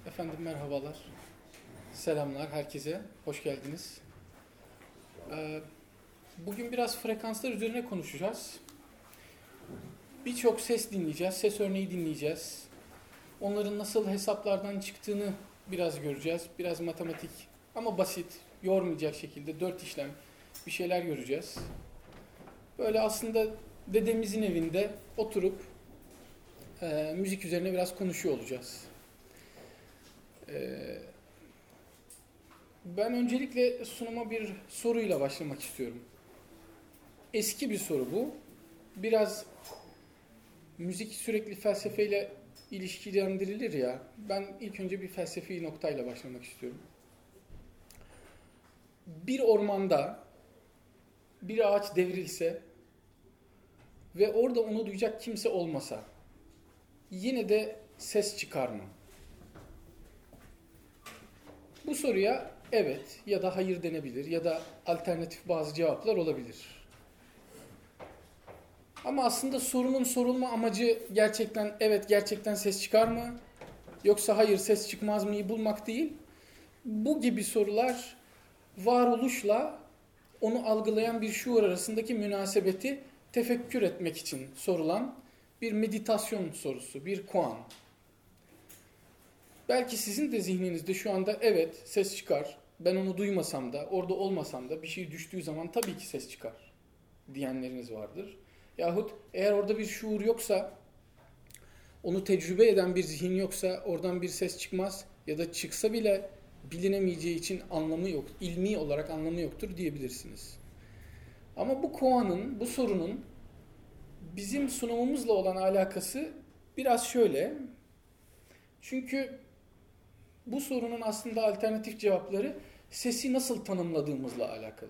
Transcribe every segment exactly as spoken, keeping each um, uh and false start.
Efendim merhabalar, selamlar herkese, hoş geldiniz. Ee, bugün biraz frekanslar üzerine konuşacağız. Birçok ses dinleyeceğiz, ses örneği dinleyeceğiz. Onların nasıl hesaplardan çıktığını biraz göreceğiz. Biraz matematik ama basit, yormayacak şekilde dört işlem bir şeyler göreceğiz. Böyle aslında dedemizin evinde oturup e, müzik üzerine biraz konuşuyor olacağız. Ee, Ben öncelikle sunuma bir soruyla başlamak istiyorum. Eski bir soru bu. Biraz müzik sürekli felsefeyle ilişkilendirilir ya. Ben ilk önce bir felsefi noktayla başlamak istiyorum. Bir ormanda bir ağaç devrilse ve orada onu duyacak kimse olmasa yine de ses çıkar mı? Bu soruya evet ya da hayır denebilir ya da alternatif bazı cevaplar olabilir. Ama aslında sorunun sorulma amacı gerçekten evet gerçekten ses çıkar mı? Yoksa hayır ses çıkmaz mıyı bulmak değil. Bu gibi sorular varoluşla onu algılayan bir şuur arasındaki münasebeti tefekkür etmek için sorulan bir meditasyon sorusu, bir koan. Belki sizin de zihninizde şu anda evet ses çıkar, ben onu duymasam da, orada olmasam da bir şey düştüğü zaman tabii ki ses çıkar diyenleriniz vardır. Yahut eğer orada bir şuur yoksa, onu tecrübe eden bir zihin yoksa oradan bir ses çıkmaz ya da çıksa bile bilinemeyeceği için anlamı yok, ilmi olarak anlamı yoktur diyebilirsiniz. Ama bu koanın, bu sorunun bizim sunumumuzla olan alakası biraz şöyle. Çünkü bu sorunun aslında alternatif cevapları sesi nasıl tanımladığımızla alakalı.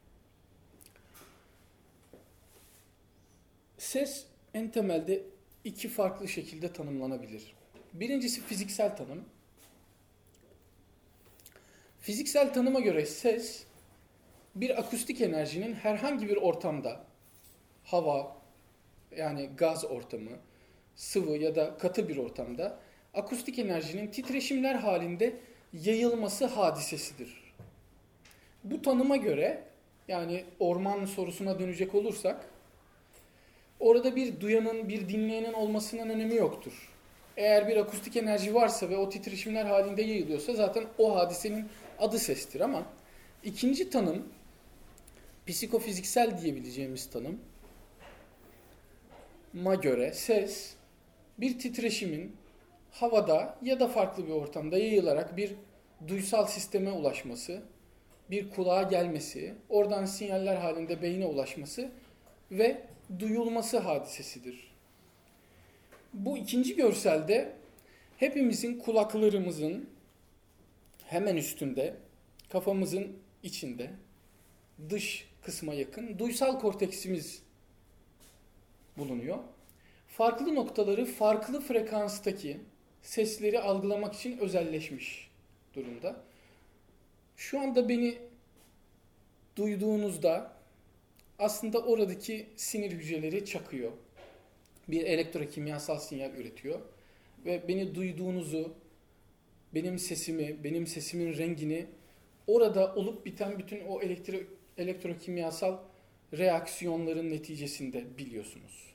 Ses en temelde iki farklı şekilde tanımlanabilir. Birincisi fiziksel tanım. Fiziksel tanıma göre ses, bir akustik enerjinin herhangi bir ortamda, hava, yani gaz ortamı, sıvı ya da katı bir ortamda, akustik enerjinin titreşimler halinde yayılması hadisesidir. Bu tanıma göre, yani orman sorusuna dönecek olursak, orada bir duyanın, bir dinleyenin olmasının önemi yoktur. Eğer bir akustik enerji varsa ve o titreşimler halinde yayılıyorsa zaten o hadisenin adı sestir. Ama ikinci tanım, psikofiziksel diyebileceğimiz tanıma göre ses, bir titreşimin havada ya da farklı bir ortamda yayılarak bir duysal sisteme ulaşması, bir kulağa gelmesi, oradan sinyaller halinde beyne ulaşması ve duyulması hadisesidir. Bu ikinci görselde hepimizin kulaklarımızın hemen üstünde, kafamızın içinde, dış kısma yakın duysal korteksimiz bulunuyor. Farklı noktaları farklı frekanstaki sesleri algılamak için özelleşmiş durumda. Şu anda beni duyduğunuzda aslında oradaki sinir hücreleri çakıyor. Bir elektrokimyasal sinyal üretiyor. Ve beni duyduğunuzu, benim sesimi, benim sesimin rengini orada olup biten bütün o elektro, elektrokimyasal reaksiyonların neticesinde biliyorsunuz.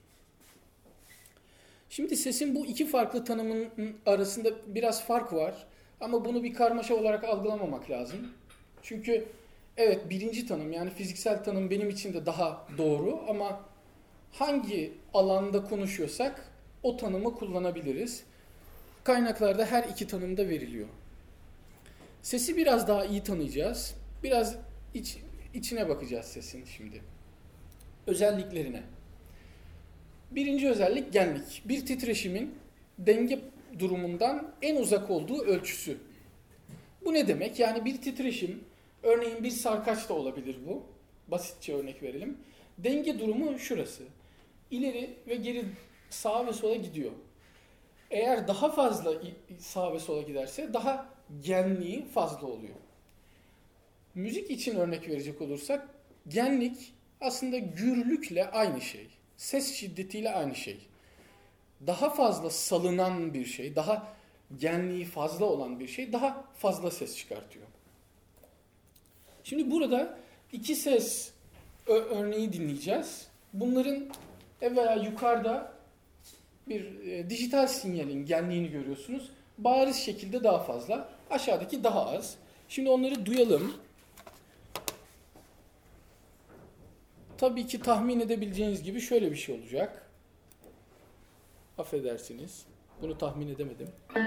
Şimdi sesin bu iki farklı tanımın arasında biraz fark var. Ama bunu bir karmaşa olarak algılamamak lazım. Çünkü evet birinci tanım yani fiziksel tanım benim için de daha doğru ama hangi alanda konuşuyorsak o tanımı kullanabiliriz. Kaynaklarda her iki tanım da veriliyor. Sesi biraz daha iyi tanıyacağız. Biraz iç, içine bakacağız sesin şimdi. Özelliklerine. Birinci özellik genlik. Bir titreşimin denge durumundan en uzak olduğu ölçüsü. Bu ne demek? Yani bir titreşim, örneğin bir sarkaç da olabilir bu. Basitçe örnek verelim. Denge durumu şurası. İleri ve geri sağa ve sola gidiyor. Eğer daha fazla sağa ve sola giderse daha genliği fazla oluyor. Müzik için örnek verecek olursak genlik aslında gürlükle aynı şey. Ses şiddetiyle aynı şey. Daha fazla salınan bir şey, daha genliği fazla olan bir şey daha fazla ses çıkartıyor. Şimdi burada iki ses örneği dinleyeceğiz. Bunların evvela yukarıda bir e, dijital sinyalin genliğini görüyorsunuz. Bariz şekilde daha fazla. Aşağıdaki daha az. Şimdi onları duyalım. Tabii ki tahmin edebileceğiniz gibi şöyle bir şey olacak. Affedersiniz. Bunu tahmin edemedim.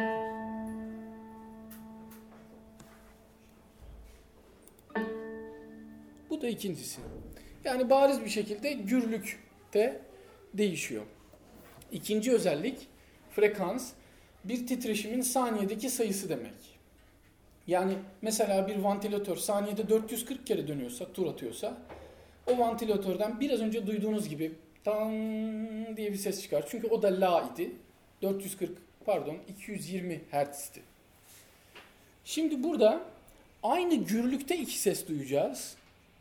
Bu da ikincisi. Yani bariz bir şekilde gürlükte değişiyor. İkinci özellik frekans, bir titreşimin saniyedeki sayısı demek. Yani mesela bir vantilatör saniyede dört yüz kırk kere dönüyorsa, tur atıyorsa, o vantilatörden biraz önce duyduğunuz gibi tan diye bir ses çıkar. Çünkü o da la idi. dört yüz kırk pardon iki yüz yirmi hertz'ti. Şimdi burada aynı gürlükte iki ses duyacağız.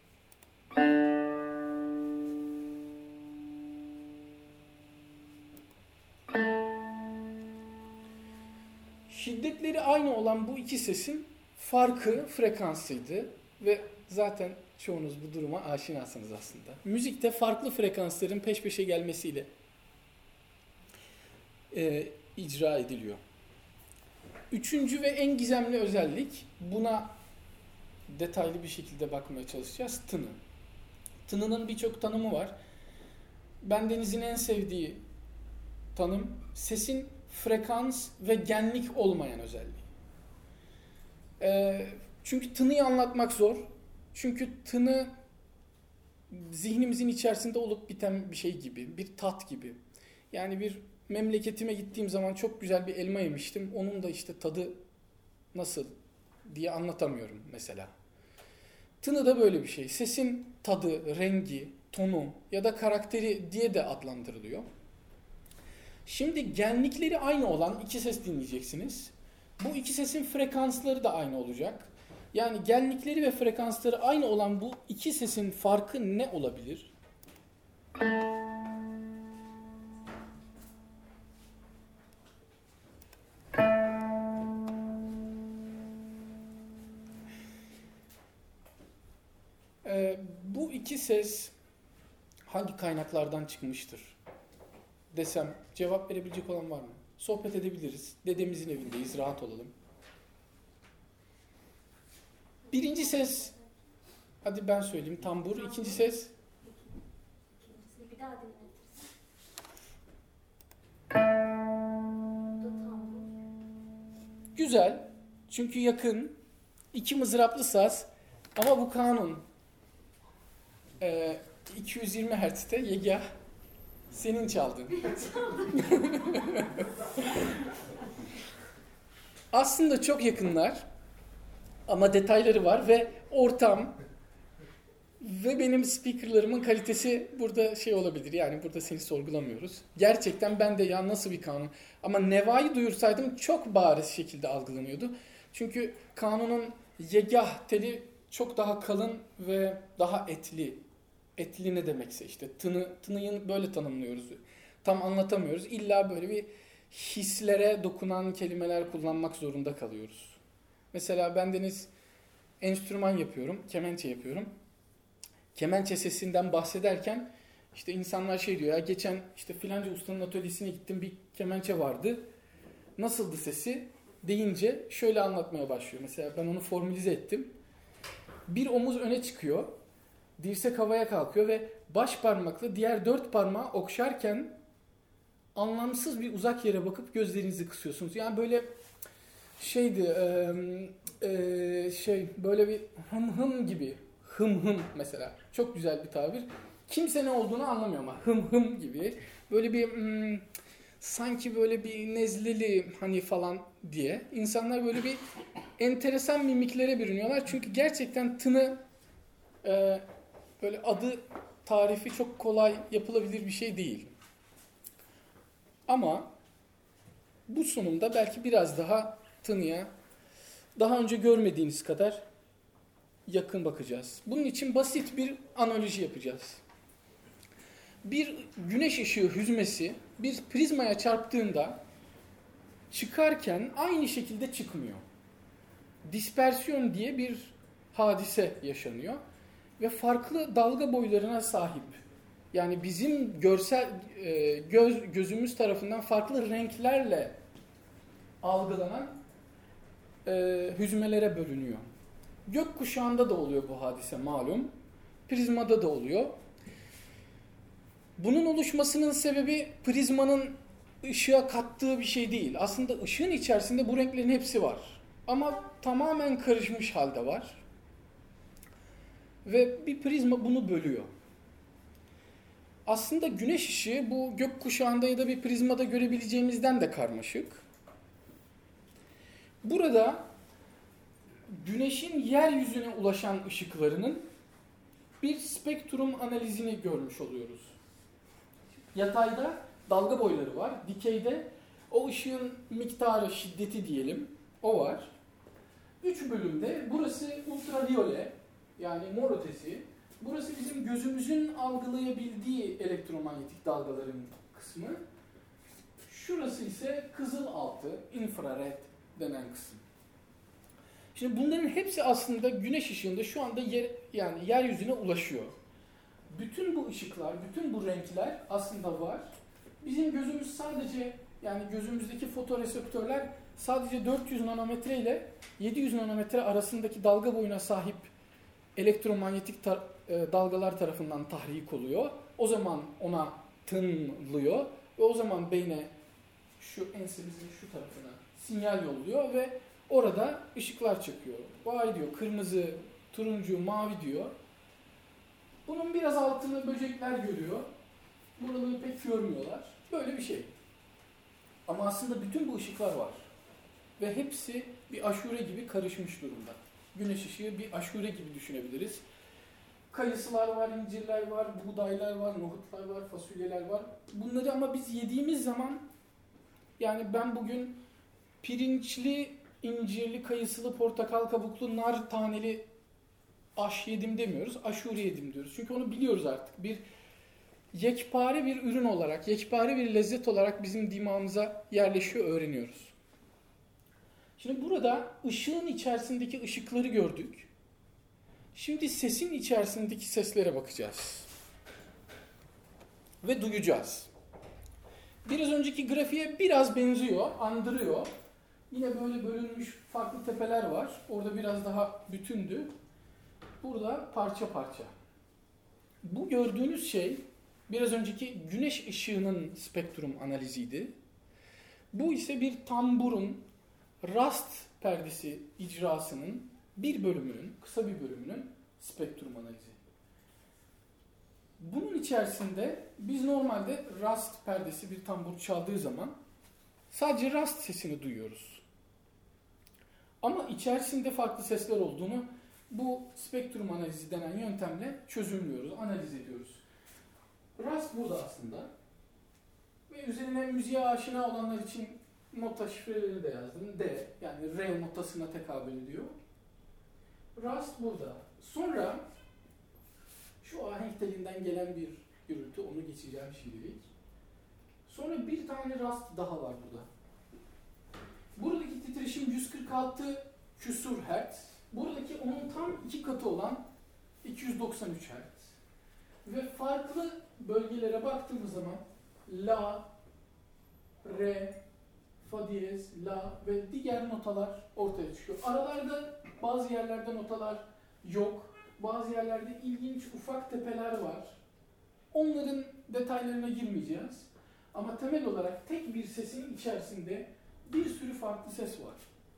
Şiddetleri aynı olan bu iki sesin farkı frekansıydı ve zaten çoğunuz bu duruma aşinasınız aslında. Müzikte farklı frekansların peş peşe gelmesiyle e, icra ediliyor. Üçüncü ve en gizemli özellik, buna detaylı bir şekilde bakmaya çalışacağız, tını. Tınının birçok tanımı var. Bendenizin en sevdiği tanım, sesin frekans ve genlik olmayan özelliği. E, çünkü tınıyı anlatmak zor. Çünkü tını zihnimizin içerisinde olup biten bir şey gibi, bir tat gibi. Yani bir memleketime gittiğim zaman çok güzel bir elma yemiştim. Onun da işte tadı nasıl diye anlatamıyorum mesela. Tını da böyle bir şey. Sesin tadı, rengi, tonu ya da karakteri diye de adlandırılıyor. Şimdi genlikleri aynı olan iki ses dinleyeceksiniz. Bu iki sesin frekansları da aynı olacak. Yani genlikleri ve frekansları aynı olan bu iki sesin farkı ne olabilir? Ee, bu iki ses hangi kaynaklardan çıkmıştır desem cevap verebilecek olan var mı? Sohbet edebiliriz. Dedemizin evindeyiz, rahat olalım. Birinci ses, hadi ben söyleyeyim, tambur. İkinci ses. İkincisini bir daha dinletirsin. Güzel. Çünkü yakın. İki mızraplı saz. Ama bu kanun. Ee, iki yüz yirmi hertz'te yegah senin çaldın. Aslında çok yakınlar. Ama detayları var ve ortam ve benim speakerlarımın kalitesi burada şey olabilir. Yani burada seni sorgulamıyoruz. Gerçekten ben de ya nasıl bir kanun. Ama nevayı duyursaydım çok bariz şekilde algılanıyordu. Çünkü kanunun yegah teli çok daha kalın ve daha etli. Etli ne demekse işte. Tını, tınıyı böyle tanımlıyoruz. Tam anlatamıyoruz. İlla böyle bir hislere dokunan kelimeler kullanmak zorunda kalıyoruz. Mesela bendeniz enstrüman yapıyorum, kemençe yapıyorum. Kemençe sesinden bahsederken işte insanlar şey diyor ya geçen işte filanca ustanın atölyesine gittim bir kemençe vardı. Nasıldı sesi? Deyince şöyle anlatmaya başlıyor. Mesela ben onu formülize ettim. Bir omuz öne çıkıyor. Dirsek havaya kalkıyor ve baş parmakla diğer dört parmağı okşarken anlamsız bir uzak yere bakıp gözlerinizi kısıyorsunuz. Yani böyle şeydi e, e, şey böyle bir hım hım gibi. Hım hım mesela. Çok güzel bir tabir. Kimse ne olduğunu anlamıyor ama hım hım gibi. Böyle bir hmm, sanki böyle bir nezleli hani falan diye. İnsanlar böyle bir enteresan mimiklere bürünüyorlar. Çünkü gerçekten tını e, böyle adı tarifi çok kolay yapılabilir bir şey değil. Ama bu sunumda belki biraz daha tınıya daha önce görmediğiniz kadar yakın bakacağız. Bunun için basit bir analoji yapacağız. Bir güneş ışığı hüzmesi bir prizmaya çarptığında çıkarken aynı şekilde çıkmıyor. Dispersiyon diye bir hadise yaşanıyor ve farklı dalga boylarına sahip. Yani bizim görsel e, göz gözümüz tarafından farklı renklerle algılanan e, hüzmelere bölünüyor. Gökkuşağında da oluyor bu hadise malum. Prizmada da oluyor. Bunun oluşmasının sebebi prizmanın ışığa kattığı bir şey değil. Aslında ışığın içerisinde bu renklerin hepsi var. Ama tamamen karışmış halde var. Ve bir prizma bunu bölüyor. Aslında güneş ışığı bu gökkuşağında ya da bir prizmada görebileceğimizden de karmaşık. Burada güneşin yeryüzüne ulaşan ışıklarının bir spektrum analizini görmüş oluyoruz. Yatayda dalga boyları var. Dikeyde o ışığın miktarı, şiddeti diyelim. O var. Üç bölümde burası ultraviyole yani mor ötesi. Burası bizim gözümüzün algılayabildiği elektromanyetik dalgaların kısmı. Şurası ise kızılaltı, infrared denen kısım. Şimdi bunların hepsi aslında güneş ışığında şu anda yer, yani yeryüzüne ulaşıyor. Bütün bu ışıklar, bütün bu renkler aslında var. Bizim gözümüz sadece yani gözümüzdeki fotoreseptörler sadece dört yüz nanometre ile yedi yüz nanometre arasındaki dalga boyuna sahip elektromanyetik tar- e, dalgalar tarafından tahrik oluyor. O zaman ona tınlıyor ve o zaman beyne şu ensemizin şu tarafına sinyal yolluyor ve orada ışıklar çıkıyor. Vay diyor, kırmızı, turuncu, mavi diyor. Bunun biraz altını böcekler görüyor. Buraları pek görmüyorlar. Böyle bir şey. Ama aslında bütün bu ışıklar var. Ve hepsi bir aşure gibi karışmış durumda. Güneş ışığı bir aşure gibi düşünebiliriz. Kayısılar var, incirler var, buğdaylar var, nohutlar var, fasulyeler var. Bunları ama biz yediğimiz zaman yani ben bugün pirinçli, incirli, kayısılı, portakal kabuklu, nar taneli aş yedim demiyoruz, aşure yedim diyoruz. Çünkü onu biliyoruz artık. Bir yekpare bir ürün olarak, yekpare bir lezzet olarak bizim dimağımıza yerleşiyor, öğreniyoruz. Şimdi burada ışığın içerisindeki ışıkları gördük. Şimdi sesin içerisindeki seslere bakacağız. Ve duyacağız. Biraz önceki grafiğe biraz benziyor, andırıyor. Yine böyle bölünmüş farklı tepeler var. Orada biraz daha bütündü. Burada parça parça. Bu gördüğünüz şey biraz önceki güneş ışığının spektrum analiziydi. Bu ise bir tamburun rast perdesi icrasının bir bölümünün, kısa bir bölümünün spektrum analizi. Bunun içerisinde biz normalde rast perdesi bir tambur çaldığı zaman sadece rast sesini duyuyoruz. Ama içerisinde farklı sesler olduğunu bu spektrum analizi denen yöntemle çözümlüyoruz, analiz ediyoruz. Rast burada aslında. Ve üzerine müziğe aşina olanlar için nota şifreleri de yazdım. D, yani re notasına tekabül ediyor. Rast burada. Sonra şu ahenk telinden gelen bir gürültü, onu geçeceğim şimdilik. Sonra bir tane rast daha var burada. Buradaki titreşim yüz kırk altı küsur hertz. Buradaki onun tam iki katı olan iki yüz doksan üç hertz. Ve farklı bölgelere baktığımız zaman la, re, fa diyez, la ve diğer notalar ortaya çıkıyor. Aralarda bazı yerlerde notalar yok. Bazı yerlerde ilginç ufak tepeler var. Onların detaylarına girmeyeceğiz. Ama temel olarak tek bir sesin içerisinde bir sürü farklı ses var.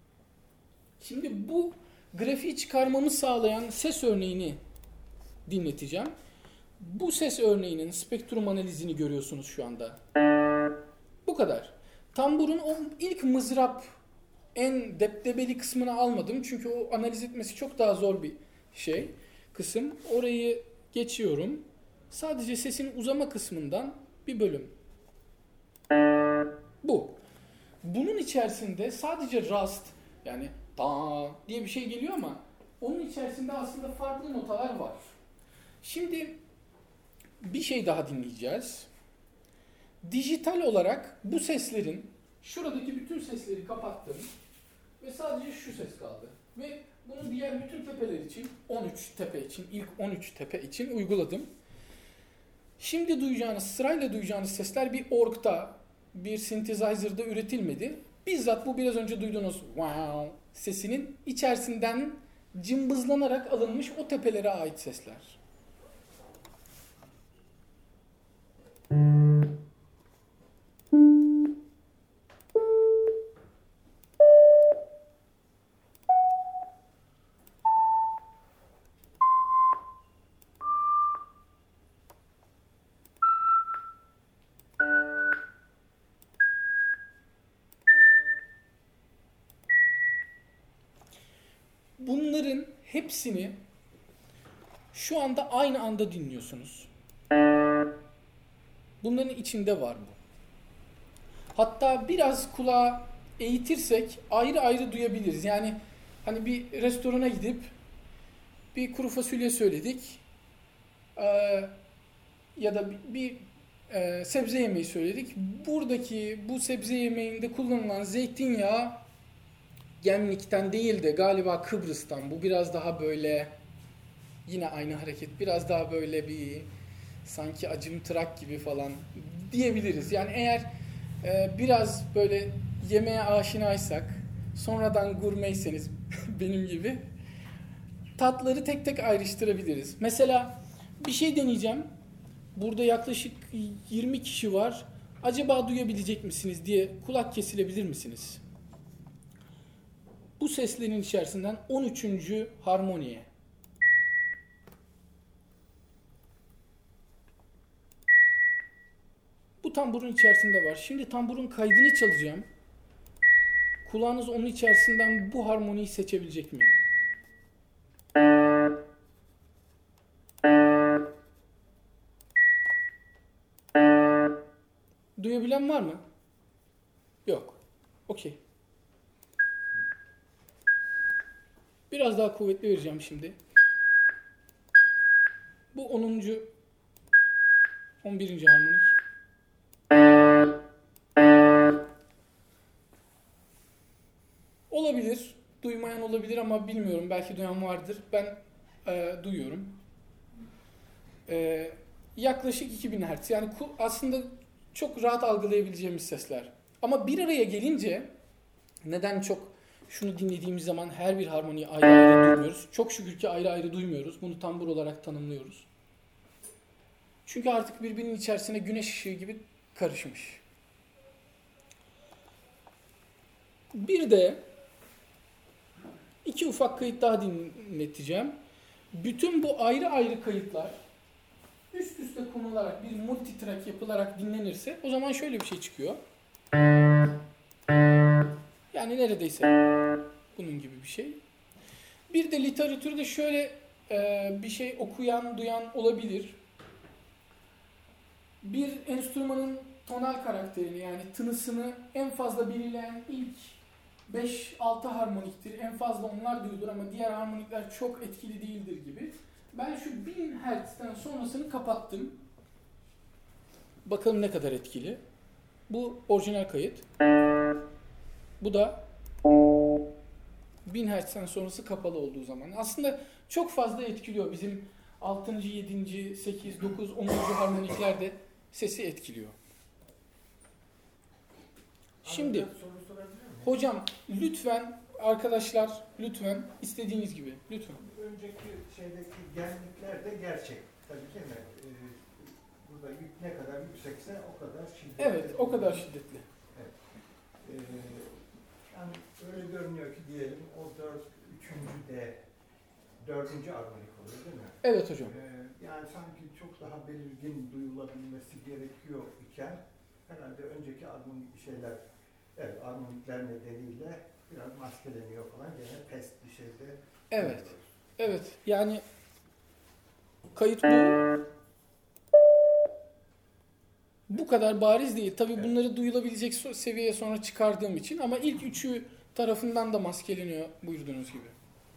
Şimdi bu grafiği çıkarmamı sağlayan ses örneğini dinleteceğim. Bu ses örneğinin spektrum analizini görüyorsunuz şu anda. Bu kadar. Tamburun o ilk mızrap en depdebeli kısmını almadım. Çünkü o analiz etmesi çok daha zor bir şey, kısım. Orayı geçiyorum. Sadece sesin uzama kısmından bir bölüm. Bu. Bunun içerisinde sadece rast yani da diye bir şey geliyor ama onun içerisinde aslında farklı notalar var. Şimdi bir şey daha dinleyeceğiz. Dijital olarak bu seslerin şuradaki bütün sesleri kapattım ve sadece şu ses kaldı. Ve bunu diğer bütün tepeler için, on üç tepe için, ilk on üç tepe için uyguladım. Şimdi duyacağınız, sırayla duyacağınız sesler bir org'da, bir synthesizer'da üretilmedi. Bizzat bu biraz önce duyduğunuz wow sesinin içerisinden cımbızlanarak alınmış o tepelere ait sesler. Bunların hepsini şu anda aynı anda dinliyorsunuz. Bunların içinde var bu. Hatta biraz kulağı eğitirsek ayrı ayrı duyabiliriz. Yani hani bir restorana gidip bir kuru fasulye söyledik ee, ya da bir, bir e, sebze yemeği söyledik. Buradaki bu sebze yemeğinde kullanılan zeytinyağı Gemlik'ten değil de galiba Kıbrıs'tan. Bu biraz daha böyle yine aynı hareket. Biraz daha böyle bir sanki acımtırak gibi falan diyebiliriz. Yani eğer e, biraz böyle yemeğe aşinaysak, sonradan gurmeyseniz benim gibi tatları tek tek ayrıştırabiliriz. Mesela bir şey deneyeceğim. Burada yaklaşık yirmi kişi var. Acaba duyabilecek misiniz diye kulak kesilebilir misiniz? Bu seslerin içerisinden on üçüncü harmoniye. Bu tamburun içerisinde var. Şimdi tamburun kaydını çalacağım. Kulağınız onun içerisinden bu harmoniyi seçebilecek mi? Duyabilen var mı? Yok. Okey. Biraz daha kuvvetli vereceğim şimdi. Bu onuncu on birinci harmonik. Olabilir. Duymayan olabilir ama bilmiyorum. Belki duyan vardır. Ben e, duyuyorum. E, yaklaşık iki bin hertz. Yani aslında çok rahat algılayabileceğimiz sesler. Ama bir araya gelince neden çok şunu dinlediğimiz zaman her bir harmoniyi ayrı ayrı duymuyoruz? Çok şükür ki ayrı ayrı duymuyoruz. Bunu tambur olarak tanımlıyoruz. Çünkü artık birbirinin içerisine güneş ışığı gibi karışmış. Bir de iki ufak kayıt daha dinleteceğim. Bütün bu ayrı ayrı kayıtlar üst üste konularak bir multitrack yapılarak dinlenirse o zaman şöyle bir şey çıkıyor. Yani neredeyse bunun gibi bir şey. Bir de literatürde şöyle e, bir şey okuyan, duyan olabilir. Bir enstrümanın tonal karakterini yani tınısını en fazla belirleyen ilk beş altı harmoniktir. En fazla onlar duyulur ama diğer harmonikler çok etkili değildir gibi. Ben şu bin hertz'ten sonrasını kapattım. Bakalım ne kadar etkili. Bu orijinal kayıt. Bu da bin hertz'ten sonrası kapalı olduğu zaman. Aslında çok fazla etkiliyor. Bizim altıncı, yedinci, sekiz, dokuz, onuncu harmoniklerde sesi etkiliyor. Şimdi hocam lütfen arkadaşlar lütfen istediğiniz gibi lütfen. Önceki şeydeki genlikler de gerçek. Tabii değil mi? Ee, burada yük ne kadar yüksekse o kadar şiddetli. Evet, o kadar şiddetli. Evet. Ee, yani öyle görünüyor ki diyelim o dört, üçüncü de dördüncü harmonik oluyor değil mi? Evet hocam. Ee, yani sanki çok daha belirgin duyulabilmesi gerekiyor iken herhalde önceki harmonik şeyler, evet harmonikler nedeniyle biraz maskeleniyor falan gene pes bir şeyde. Evet. Evet. Yani kayıt bu. Bu kadar bariz değil. Tabii evet. Bunları duyulabilecek seviyeye sonra çıkardığım için ama ilk üçü tarafından da maskeleniyor buyurduğunuz gibi.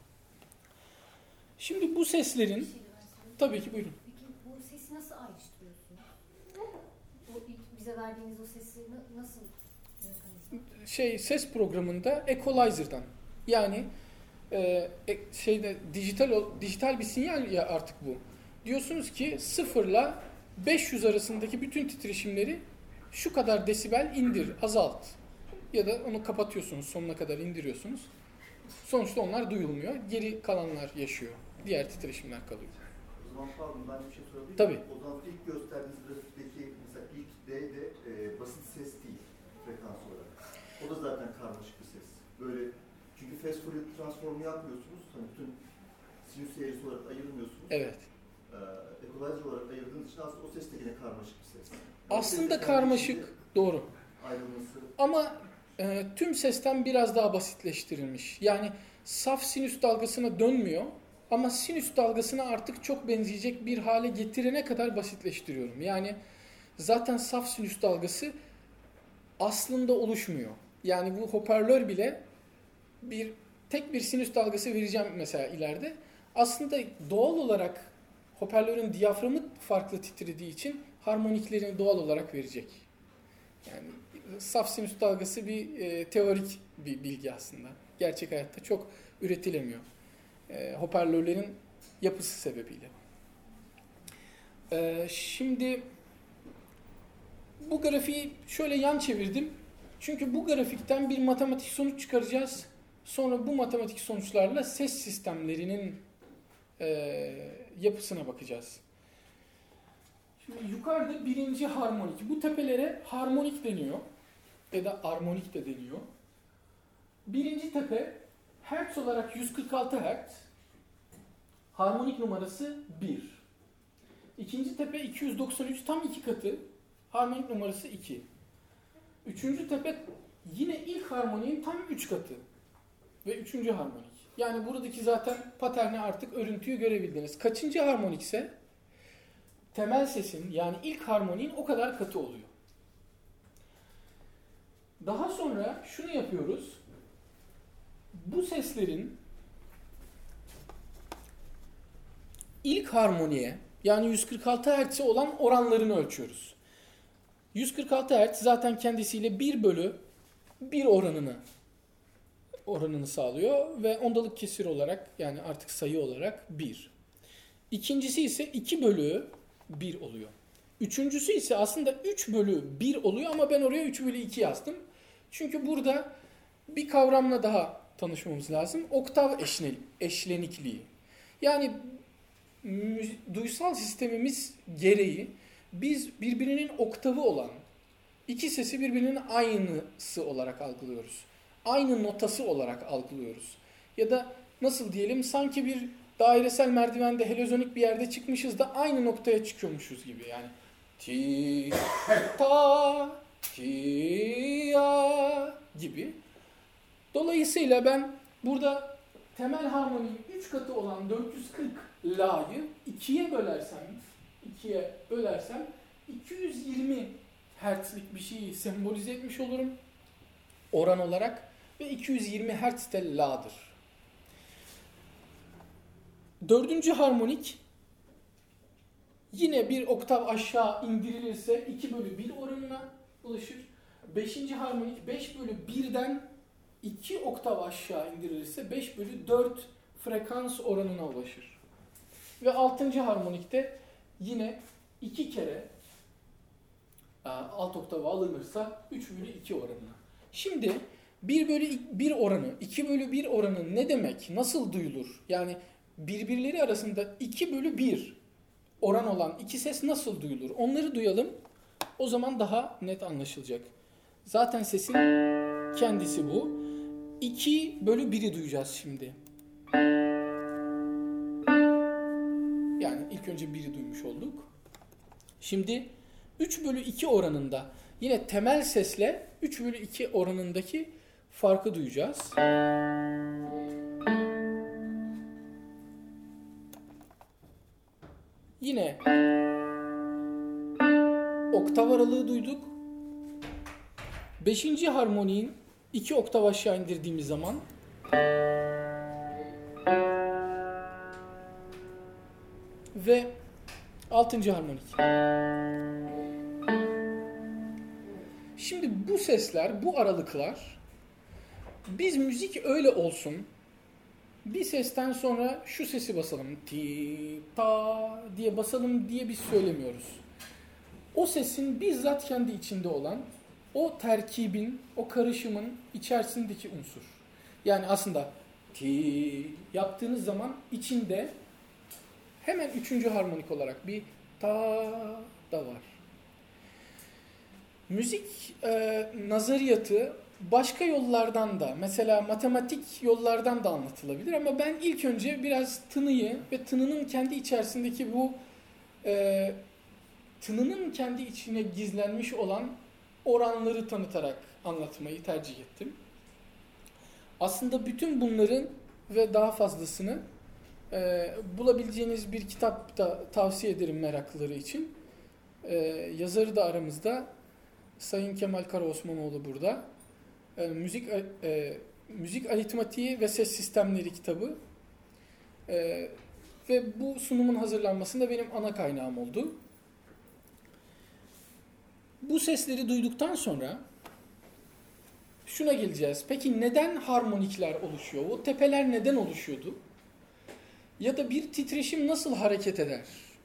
Şimdi bu seslerin şey tabii ki buyurun. Peki bu sesi nasıl ayrıştırıyorsunuz? O ilk bize verdiğiniz o sesi nasıl mekanizma? şey ses programında equalizer'dan. Yani e, şeyde dijital dijital bir sinyal ya artık bu. Diyorsunuz ki sıfırla beş yüz arasındaki bütün titreşimleri şu kadar desibel indir, azalt. Ya da onu kapatıyorsunuz, sonuna kadar indiriyorsunuz. Sonuçta onlar duyulmuyor. Geri kalanlar yaşıyor. Diğer titreşimler kalıyor. O zaman pardon, ben bir şey sorabilir miyim? Tabii. O zaman ilk gösterdiğiniz grafikteki mesela ilk D'de e, basit ses değil frekans olarak. O da zaten karmaşık bir ses. Böyle çünkü fast Fourier transformu yapmıyorsunuz. Hani bütün sinüs eğrisi olarak ayırmıyorsunuz. Evet. E, equalizer olarak ayırdığınız için aslında o ses de yine karmaşık bir ses. Aslında karmaşık, doğru. Ayrılması. Ama e, tüm sesten biraz daha basitleştirilmiş. Yani saf sinüs dalgasına dönmüyor ama sinüs dalgasına artık çok benzeyecek bir hale getirene kadar basitleştiriyorum. Yani zaten saf sinüs dalgası aslında oluşmuyor. Yani bu hoparlör bile bir tek bir sinüs dalgası vereceğim mesela ileride. Aslında doğal olarak hoparlörün diyaframı farklı titrediği için harmoniklerini doğal olarak verecek. Yani saf sinüs dalgası bir e, teorik bir bilgi aslında. Gerçek hayatta çok üretilemiyor. E, hoparlörlerin yapısı sebebiyle. E, şimdi bu grafiği şöyle yan çevirdim. Çünkü bu grafikten bir matematik sonuç çıkaracağız. Sonra bu matematik sonuçlarla ses sistemlerinin e, yapısına bakacağız. Şimdi yukarıda birinci harmonik. Bu tepelere harmonik deniyor. Ya da armonik de deniyor. Birinci tepe hertz olarak yüz kırk altı hertz. Harmonik numarası bir. İkinci tepe iki yüz doksan üç, tam iki katı. Harmonik numarası iki. Üçüncü tepe yine ilk harmoniğin tam üç katı. Ve üçüncü harmonik. Yani buradaki zaten paterni artık örüntüyü görebildiniz. Kaçıncı harmonikse temel sesin yani ilk harmoniğin o kadar katı oluyor. Daha sonra şunu yapıyoruz. Bu seslerin ilk harmoniye yani yüz kırk altı hertz'e olan oranlarını ölçüyoruz. yüz kırk altı hertz zaten kendisiyle bir bölü bir oranını oranını sağlıyor ve ondalık kesir olarak yani artık sayı olarak bir. İkincisi ise iki bölü bir oluyor. Üçüncüsü ise aslında üç bölü bir oluyor ama ben oraya üç bölü iki yazdım. Çünkü burada bir kavramla daha tanışmamız lazım. Oktav eşlen, eşlenikliği. Yani duysal sistemimiz gereği biz birbirinin oktavı olan iki sesi birbirinin aynısı olarak algılıyoruz. Aynı notası olarak algılıyoruz. Ya da nasıl diyelim sanki bir dairesel merdivende heliozonik bir yerde çıkmışız da aynı noktaya çıkıyormuşuz gibi yani. Ti ta ti ya gibi. Dolayısıyla ben burada temel harmoniğin üç katı olan dört yüz kırk la'yı ikiye bölersem, ikiye bölersem iki yüz yirmi hertzlik bir şeyi sembolize etmiş olurum oran olarak ve iki yüz yirmi hertz de la'dır. Dördüncü harmonik yine bir oktav aşağı indirilirse iki bölü bir oranına ulaşır. Beşinci harmonik beş bölü birden iki oktav aşağı indirilirse beş bölü dört frekans oranına ulaşır. Ve altıncı harmonikte yine iki kere alt oktava alınırsa üç bölü iki oranına. Şimdi bir bölü bir oranı, iki bölü bir oranı ne demek? Nasıl duyulur? Yani birbirleri arasında iki bölü bir oran olan iki ses nasıl duyulur? Onları duyalım. O zaman daha net anlaşılacak. Zaten sesin kendisi bu. iki bölü biri duyacağız şimdi. Yani ilk önce biri duymuş olduk. Şimdi üç bölü iki oranında yine temel sesle üç bölü iki oranındaki farkı duyacağız. Yine oktav aralığı duyduk. Beşinci harmoniğin iki oktav aşağı indirdiğimiz zaman ve altıncı harmonik. Şimdi bu sesler, bu aralıklar biz müzik öyle olsun, bir sesten sonra şu sesi basalım, ti, ta diye basalım diye biz söylemiyoruz. O sesin bizzat kendi içinde olan, o terkibin, o karışımın içerisindeki unsur. Yani aslında ti yaptığınız zaman içinde hemen üçüncü harmonik olarak bir ta da var. Müzik e, nazariyatı başka yollardan da, mesela matematik yollardan da anlatılabilir ama ben ilk önce biraz tınıyı ve tınının kendi içerisindeki bu e, tınının kendi içine gizlenmiş olan oranları tanıtarak anlatmayı tercih ettim. Aslında bütün bunların ve daha fazlasını e, bulabileceğiniz bir kitap da tavsiye ederim meraklıları için. E, yazarı da aramızda. Sayın Kemal Karaosmanoğlu burada. E, müzik e, Müzik Aritmatiği ve Ses Sistemleri kitabı. E, ve bu sunumun hazırlanmasında benim ana kaynağım oldu. Bu sesleri duyduktan sonra şuna geleceğiz. Peki neden harmonikler oluşuyor? O tepeler neden oluşuyordu? Ya da bir titreşim nasıl hareket eder?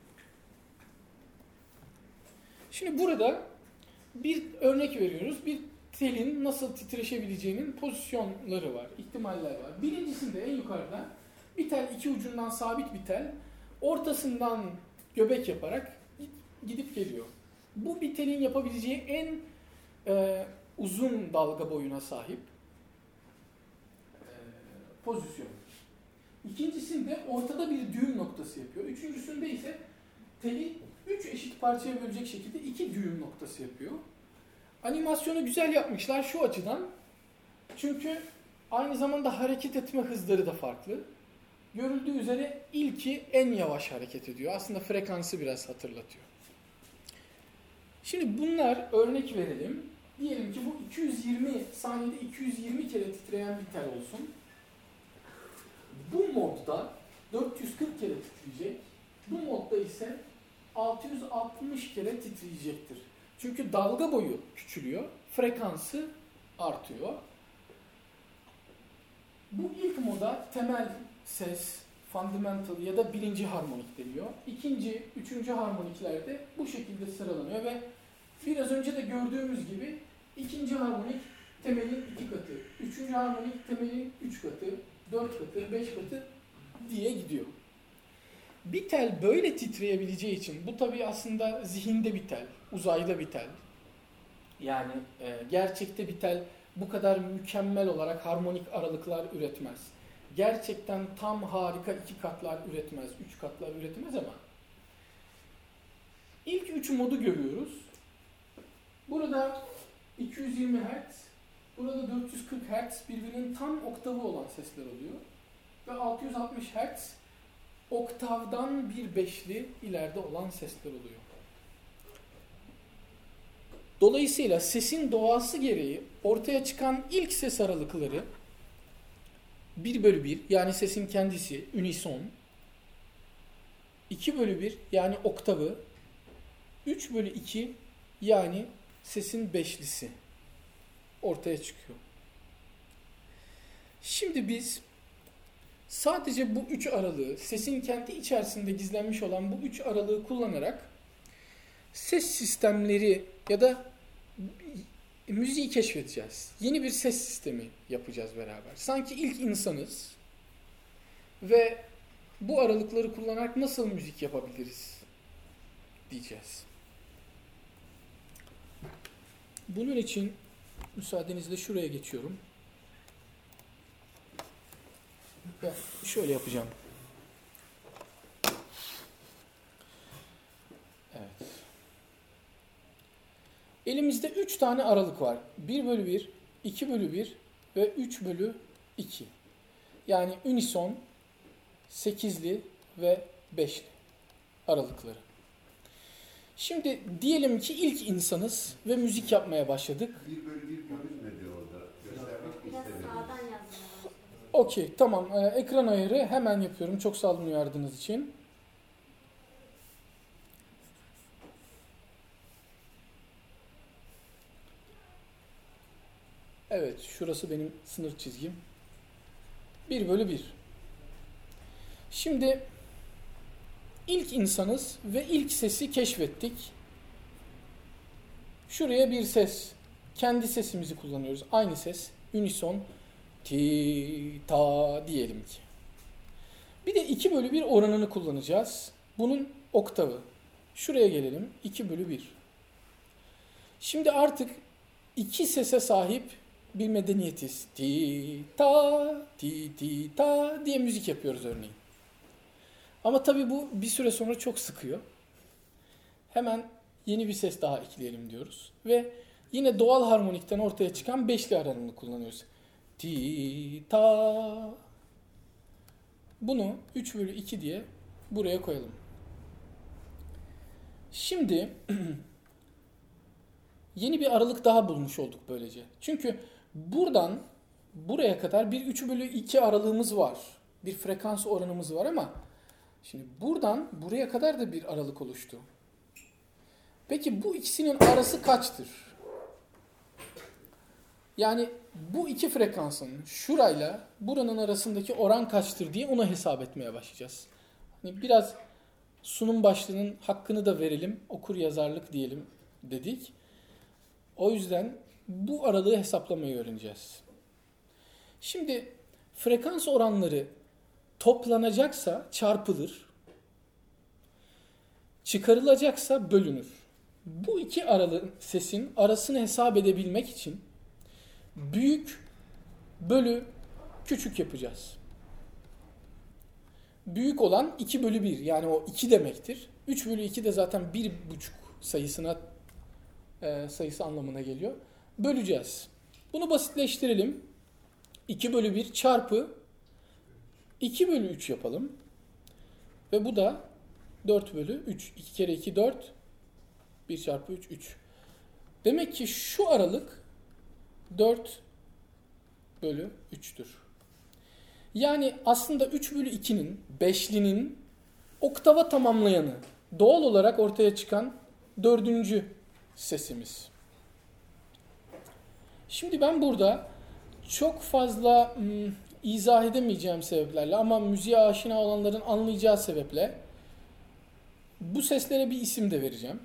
Şimdi burada bir örnek veriyoruz. Bir telin nasıl titreşebileceğinin pozisyonları var, ihtimaller var. Birincisinde en yukarıda bir tel iki ucundan sabit bir tel, ortasından göbek yaparak gidip geliyor. Bu bir telin yapabileceği en e, uzun dalga boyuna sahip e, pozisyon. İkincisinde ortada bir düğüm noktası yapıyor. Üçüncüsünde ise teli üç eşit parçaya bölecek şekilde iki düğüm noktası yapıyor. Animasyonu güzel yapmışlar şu açıdan. Çünkü aynı zamanda hareket etme hızları da farklı. Görüldüğü üzere ilki en yavaş hareket ediyor. Aslında frekansı biraz hatırlatıyor. Şimdi bunlar örnek verelim. Diyelim ki bu iki yüz yirmi saniyede iki yüz yirmi kere titreyen bir tel olsun. Bu modda dört yüz kırk kere titreyecek. Bu modda ise altı yüz altmış kere titreyecektir. Çünkü dalga boyu küçülüyor, frekansı artıyor. Bu ilk moda temel ses, fundamental ya da birinci harmonik deniyor. İkinci, üçüncü harmoniklerde bu şekilde sıralanıyor ve biraz önce de gördüğümüz gibi ikinci harmonik temelin iki katı, üçüncü harmonik temelin üç katı, dört katı, beş katı diye gidiyor. Bir tel böyle titreyebileceği için, bu tabii aslında zihinde bir tel, uzayda bir tel. Yani e, gerçekte bir tel bu kadar mükemmel olarak harmonik aralıklar üretmez. Gerçekten tam harika iki katlar üretmez, üç katlar üretmez ama ilk üç modu görüyoruz. Burada iki yüz yirmi hertz, burada dört yüz kırk hertz birbirinin tam oktavı olan sesler oluyor. Ve altı yüz altmış hertz oktavdan bir beşli ileride olan sesler oluyor. Dolayısıyla sesin doğası gereği ortaya çıkan ilk ses aralıkları bir bölü bir yani sesin kendisi unison, iki bölü bir yani oktavı, üç bölü iki yani sesin beşlisi ortaya çıkıyor. Şimdi biz sadece bu üç aralığı, sesin kendi içerisinde gizlenmiş olan bu üç aralığı kullanarak ses sistemleri ya da müziği keşfedeceğiz. Yeni bir ses sistemi yapacağız beraber. Sanki ilk insanız ve bu aralıkları kullanarak nasıl müzik yapabiliriz diyeceğiz. Bunun için müsaadenizle şuraya geçiyorum. Ben şöyle yapacağım. Evet. Elimizde üç tane aralık var. bir bölü bir, iki bölü bir ve üç bölü iki. Yani unison, sekizli ve beşli aralıkları. Şimdi diyelim ki ilk insanız ve müzik yapmaya başladık. bir bölü bir görünmedi orada. Göstermek Biraz istemedim. sağdan yazmaya Okey, tamam. Ee, ekran ayarı hemen yapıyorum. Çok sağ olun uyardığınız için. Evet, şurası benim sınır çizgim. bir bölü bir. Şimdi ilk insanız ve ilk sesi keşfettik. Şuraya bir ses, kendi sesimizi kullanıyoruz. Aynı ses, unison, ti, ta diyelim ki. Bir de iki bölü bir oranını kullanacağız. Bunun oktavı. Şuraya gelelim, iki bölü bir. Şimdi artık iki sese sahip bir medeniyetiz. Ti, ta, ti, ti, ta diye müzik yapıyoruz örneğin. Ama tabii bu bir süre sonra çok sıkıyor. Hemen yeni bir ses daha ekleyelim diyoruz. Ve yine doğal harmonikten ortaya çıkan beşli aralığını kullanıyoruz. Ti, ta. Bunu üç bölü iki diye buraya koyalım. Şimdi yeni bir aralık daha bulmuş olduk böylece. Çünkü buradan buraya kadar bir üç bölü iki aralığımız var. Bir frekans oranımız var ama şimdi buradan buraya kadar da bir aralık oluştu. Peki bu ikisinin arası kaçtır? Yani bu iki frekansın şurayla buranın arasındaki oran kaçtır diye onu hesap etmeye başlayacağız. Hani biraz sunum başlığının hakkını da verelim, okur yazarlık diyelim dedik. O yüzden bu aralığı hesaplamayı öğreneceğiz. Şimdi frekans oranları toplanacaksa çarpılır, çıkarılacaksa bölünür. Bu iki aralığın sesin arasını hesap edebilmek için büyük bölü küçük yapacağız. Büyük olan iki bölü bir, yani o iki demektir. üç bölü iki de zaten bir buçuk sayısına e, sayısı anlamına geliyor. Böleceğiz. Bunu basitleştirelim. iki bölü bir çarpı iki bölü üç yapalım. Ve bu da dört bölü üç. iki kere iki dört. bir çarpı üç üç. Demek ki şu aralık dört bölü üç'tür. Yani aslında üç bölü iki'nin, beşlinin oktava tamamlayanı, doğal olarak ortaya çıkan dördüncü sesimiz. Şimdi ben burada çok fazla ım, izah edemeyeceğim sebeplerle ama müziğe aşina olanların anlayacağı sebeple bu seslere bir isim de vereceğim.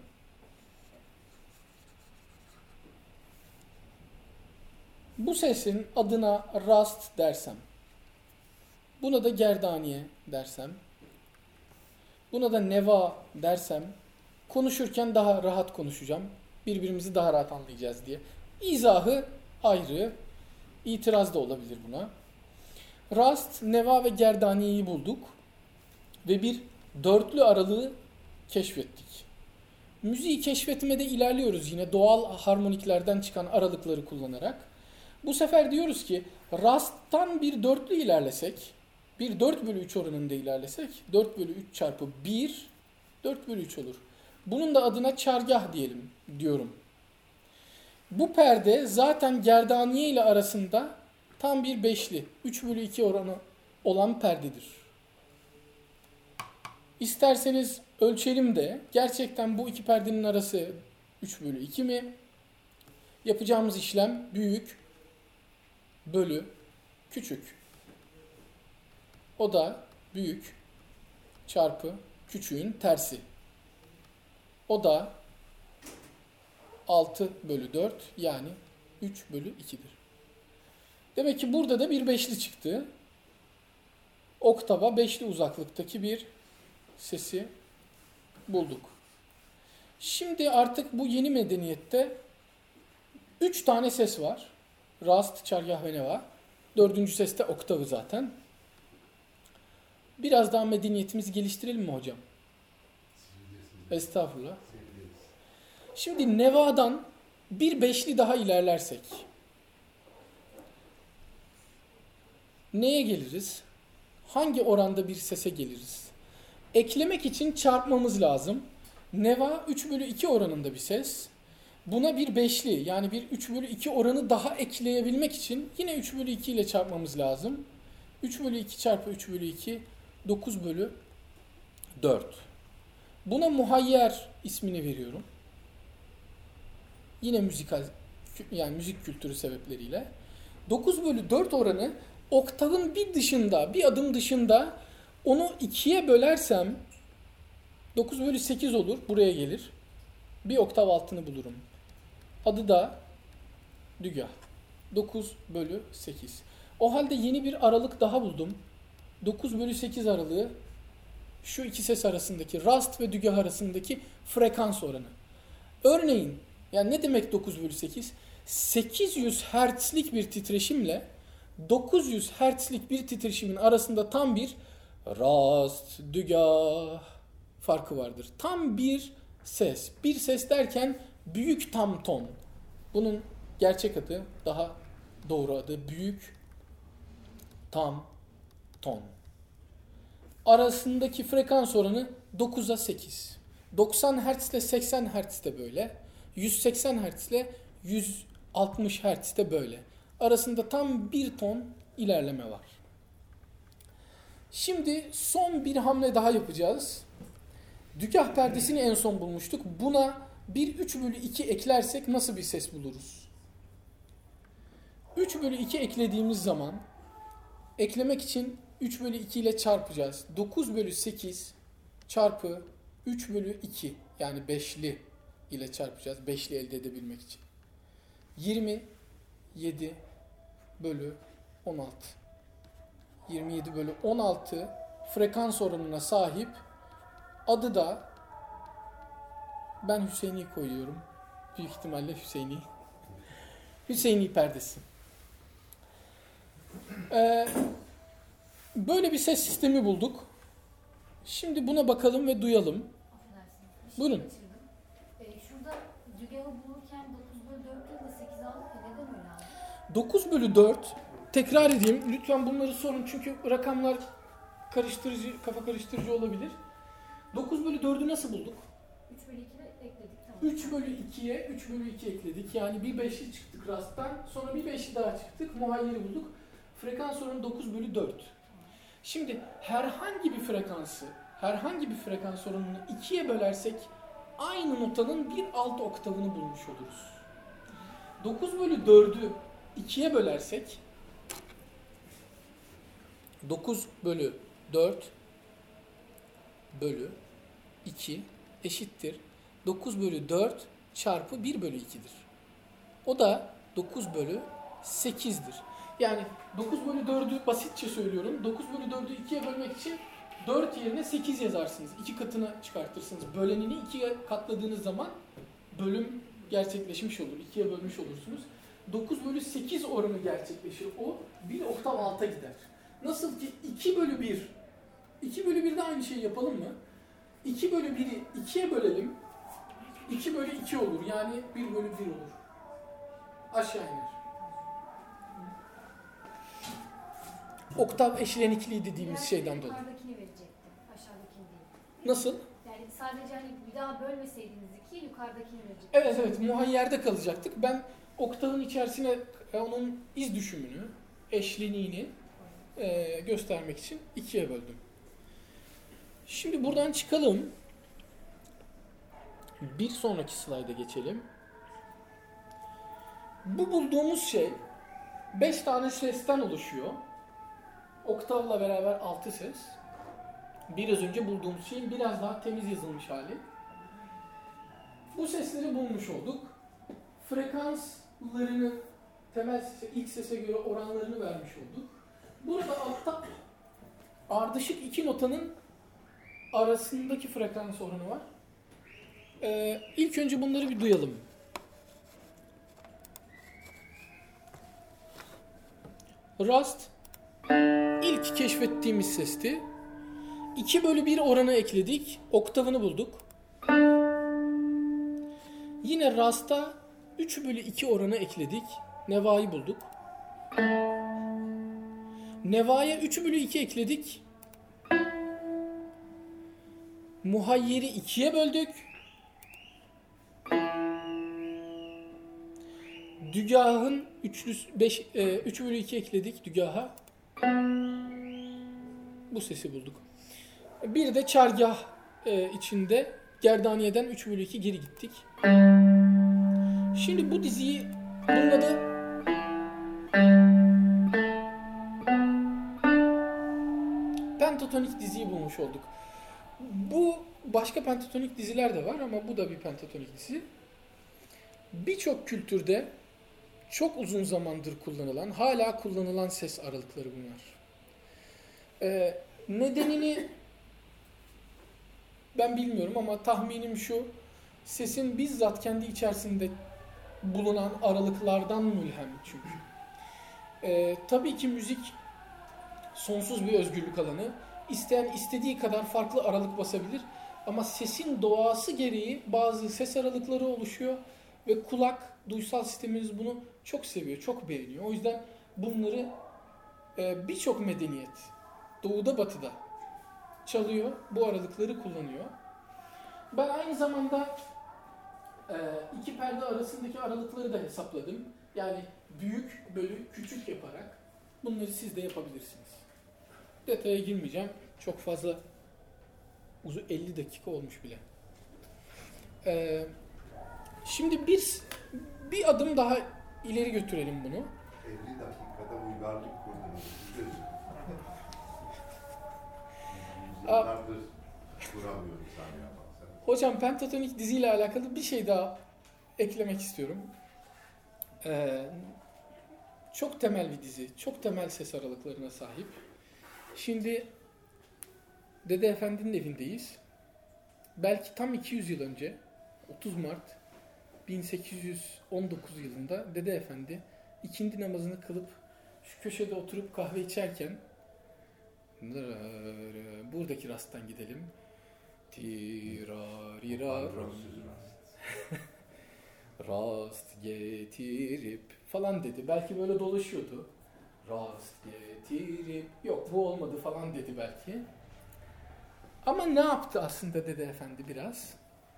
Bu sesin adına rast dersem, buna da gerdaniye dersem, buna da neva dersem, konuşurken daha rahat konuşacağım. Birbirimizi daha rahat anlayacağız diye. İzahı ayrı, itiraz da olabilir buna. Rast, neva ve gerdaniyeyi bulduk ve bir dörtlü aralığı keşfettik. Müziği keşfetmede ilerliyoruz yine doğal harmoniklerden çıkan aralıkları kullanarak. Bu sefer diyoruz ki rasttan bir dörtlü ilerlesek, bir dört bölü üç oranında ilerlesek, dört bölü üç çarpı bir, dört bölü üç olur. Bunun da adına çargah diyelim diyorum. Bu perde zaten gerdaniye ile arasında tam bir beşli, üç bölü iki oranı olan perdedir. İsterseniz ölçelim de gerçekten bu iki perdenin arası üç bölü iki mi? Yapacağımız işlem büyük bölü küçük. O da büyük çarpı küçüğün tersi. O da altı bölü dört, yani üç bölü iki'dir. Demek ki burada da bir beşli çıktı. Oktava beşli uzaklıktaki bir sesi bulduk. Şimdi artık bu yeni medeniyette üç tane ses var. Rast, çargah ve neva. Dördüncü ses de oktavı zaten. Biraz daha medeniyetimizi geliştirelim mi hocam? Estağfurullah. Şimdi nevadan bir beşli daha ilerlersek neye geliriz? Hangi oranda bir sese geliriz? Eklemek için çarpmamız lazım. Neva üç bölü iki oranında bir ses. Buna bir beşli, yani bir üç bölü iki oranı daha ekleyebilmek için yine üç bölü iki ile çarpmamız lazım. üç bölü iki çarpı üç bölü iki, dokuz bölü dört. Buna muhayyer ismini veriyorum. Yine müzikal yani müzik kültürü sebepleriyle. dokuz bölü dört oranı oktavın bir dışında, bir adım dışında onu ikiye bölersem dokuz bölü sekiz olur. Buraya gelir. Bir oktav altını bulurum. Adı da dügah. dokuz bölü sekiz. O halde yeni bir aralık daha buldum. dokuz bölü sekiz aralığı şu iki ses arasındaki, rast ve dügah arasındaki frekans oranı. Örneğin, yani ne demek dokuz bölü sekiz? sekiz yüz hertzlik bir titreşimle dokuz yüz hertzlik bir titreşimin arasında tam bir rast, dügah farkı vardır. Tam bir ses. Bir ses derken büyük tam ton. Bunun gerçek adı, daha doğru adı büyük tam ton. Arasındaki frekans oranı dokuza sekiz. doksan hertz ile seksen hertz de böyle. yüz seksen hertz ile yüz altmış hertz de böyle. Arasında tam bir ton ilerleme var. Şimdi son bir hamle daha yapacağız. Dügah perdesini en son bulmuştuk. Buna bir üç bölü iki eklersek nasıl bir ses buluruz? üç bölü iki eklediğimiz zaman eklemek için üç bölü iki ile çarpacağız. dokuz bölü sekiz çarpı üç bölü iki yani beşli ile çarpacağız. beşli elde edebilmek için. yirmi yedi bölü on altı. yirmi yedi bölü on altı frekans oranına sahip. Adı da ben Hüseyin'i koyuyorum. Büyük ihtimalle Hüseyin'i. Hüseyin'i perdesi. Ee, böyle bir ses sistemi bulduk. Şimdi buna bakalım ve duyalım. Affedersiniz. Bir şey Buyurun. kaçırdım. Ee, şurada dügahı bulurken dokuz bölü dört değil de sekiz aldık ya, neden öyle aldık? dokuz bölü dört tekrar edeyim. Lütfen bunları sorun çünkü rakamlar karıştırıcı, kafa karıştırıcı olabilir. dokuz bölü dördü nasıl bulduk? üç bölü iki de ekledik, tamam. üç bölü ikiye üç bölü iki ekledik. Yani bir beşli çıktık rasttan. Sonra bir beşli daha çıktık. Muhayyeri bulduk. Frekans oranı dokuz bölü dört. Şimdi herhangi bir frekansı, herhangi bir frekans oranını ikiye bölersek aynı notanın bir alt oktavını bulmuş oluruz. dokuz bölü dördü ikiye bölersek dokuz bölü dört bölü iki eşittir dokuz bölü dört çarpı bir bölü ikidir. O da dokuz bölü sekizdir. Yani dokuz bölü dördü basitçe söylüyorum. dokuz bölü dördü ikiye bölmek için dört yerine sekiz yazarsınız. iki katını çıkartırsınız. Bölenini ikiye katladığınız zaman bölüm gerçekleşmiş olur. ikiye bölmüş olursunuz. dokuz bölü sekiz oranı gerçekleşir. O bir oktav alta gider. Nasıl ki iki bölü bir. iki bölü birde aynı şeyi yapalım mı? iki bölü biri ikiye bölelim. iki bölü iki olur. Yani bir bölü bir olur. Aşağı iner. Oktav eşlenikliği dediğimiz şeyden dolayı. Yukarıdakini verecektim, aşağıdakini değil. Nasıl? Yani sadece hani bir daha bölmeseydiniz ikiyi, yukarıdakini verecektim. Evet evet muhayyerde kalacaktık. Ben oktavın içerisine onun iz düşümünü, eşleniğini e, göstermek için ikiye böldüm. Şimdi buradan çıkalım. Bir sonraki slayda geçelim. Bu bulduğumuz şey beş tane sesten oluşuyor. Oktavla beraber altı ses. Biraz önce bulduğumuz şeyin biraz daha temiz yazılmış hali. Bu sesleri bulmuş olduk. Frekanslarını, temel sese, ilk sese göre oranlarını vermiş olduk. Burada altta ardışık iki notanın arasındaki frekans oranı var. Ee, ilk önce bunları bir duyalım. Rast ilk keşfettiğimiz sesti. iki bölü bir oranı ekledik. Oktavını bulduk. Yine rast'a üç bölü iki oranı ekledik. Neva'yı bulduk. Neva'ya üç bölü iki ekledik. Muhayyeri ikiye böldük. Dügahın üç bölü iki ekledik dügaha. Bu sesi bulduk. Bir de çargah e, içinde gerdaniyeden üç bölü iki geri gittik. Şimdi bu diziyi Bunun adı pentatonik diziyi bulmuş olduk. Bu başka pentatonik diziler de var ama bu da bir pentatonik dizi. Birçok kültürde çok uzun zamandır kullanılan, hala kullanılan ses aralıkları bunlar. Ee, nedenini ben bilmiyorum ama tahminim şu, sesin bizzat kendi içerisinde bulunan aralıklardan mülhem çünkü. Ee, tabii ki müzik sonsuz bir özgürlük alanı. İsteyen istediği kadar farklı aralık basabilir. Ama sesin doğası gereği bazı ses aralıkları oluşuyor ve kulak, duysal sistemimiz bunu çok seviyor, çok beğeniyor. O yüzden bunları e, birçok medeniyet, doğuda batıda çalıyor, bu aralıkları kullanıyor. Ben aynı zamanda e, iki perde arasındaki aralıkları da hesapladım. Yani büyük bölü küçük yaparak bunları siz de yapabilirsiniz. Detaya girmeyeceğim. Çok fazla uzun elli dakika olmuş bile. Ee, şimdi bir bir adım daha ileri götürelim bunu. elli dakikada uygarlık kurdunuz. Yüzyıllardır kuramıyoruz Sami Yaman. Hocam pentatonik diziyle alakalı bir şey daha eklemek istiyorum. Ee, çok temel bir dizi. Çok temel ses aralıklarına sahip. Şimdi Dede Efendi'nin evindeyiz. Belki tam iki yüz yıl önce otuz Mart bin sekiz yüz on dokuz yılında Dede Efendi ikindi namazını kılıp şu köşede oturup kahve içerken buradaki rasttan gidelim. Tirarira rast getirip falan dedi. Belki böyle dolaşıyordu. Rast getirip yok bu olmadı falan dedi belki. Ama ne yaptı aslında Dede Efendi biraz?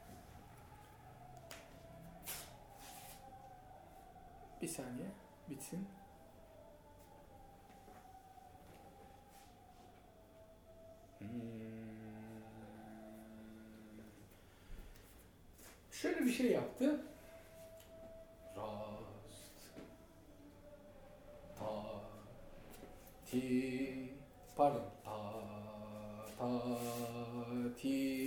Bir saniye bitsin. Hmm. Şöyle bir şey yaptı. Rast ta ti pardon ta ta ti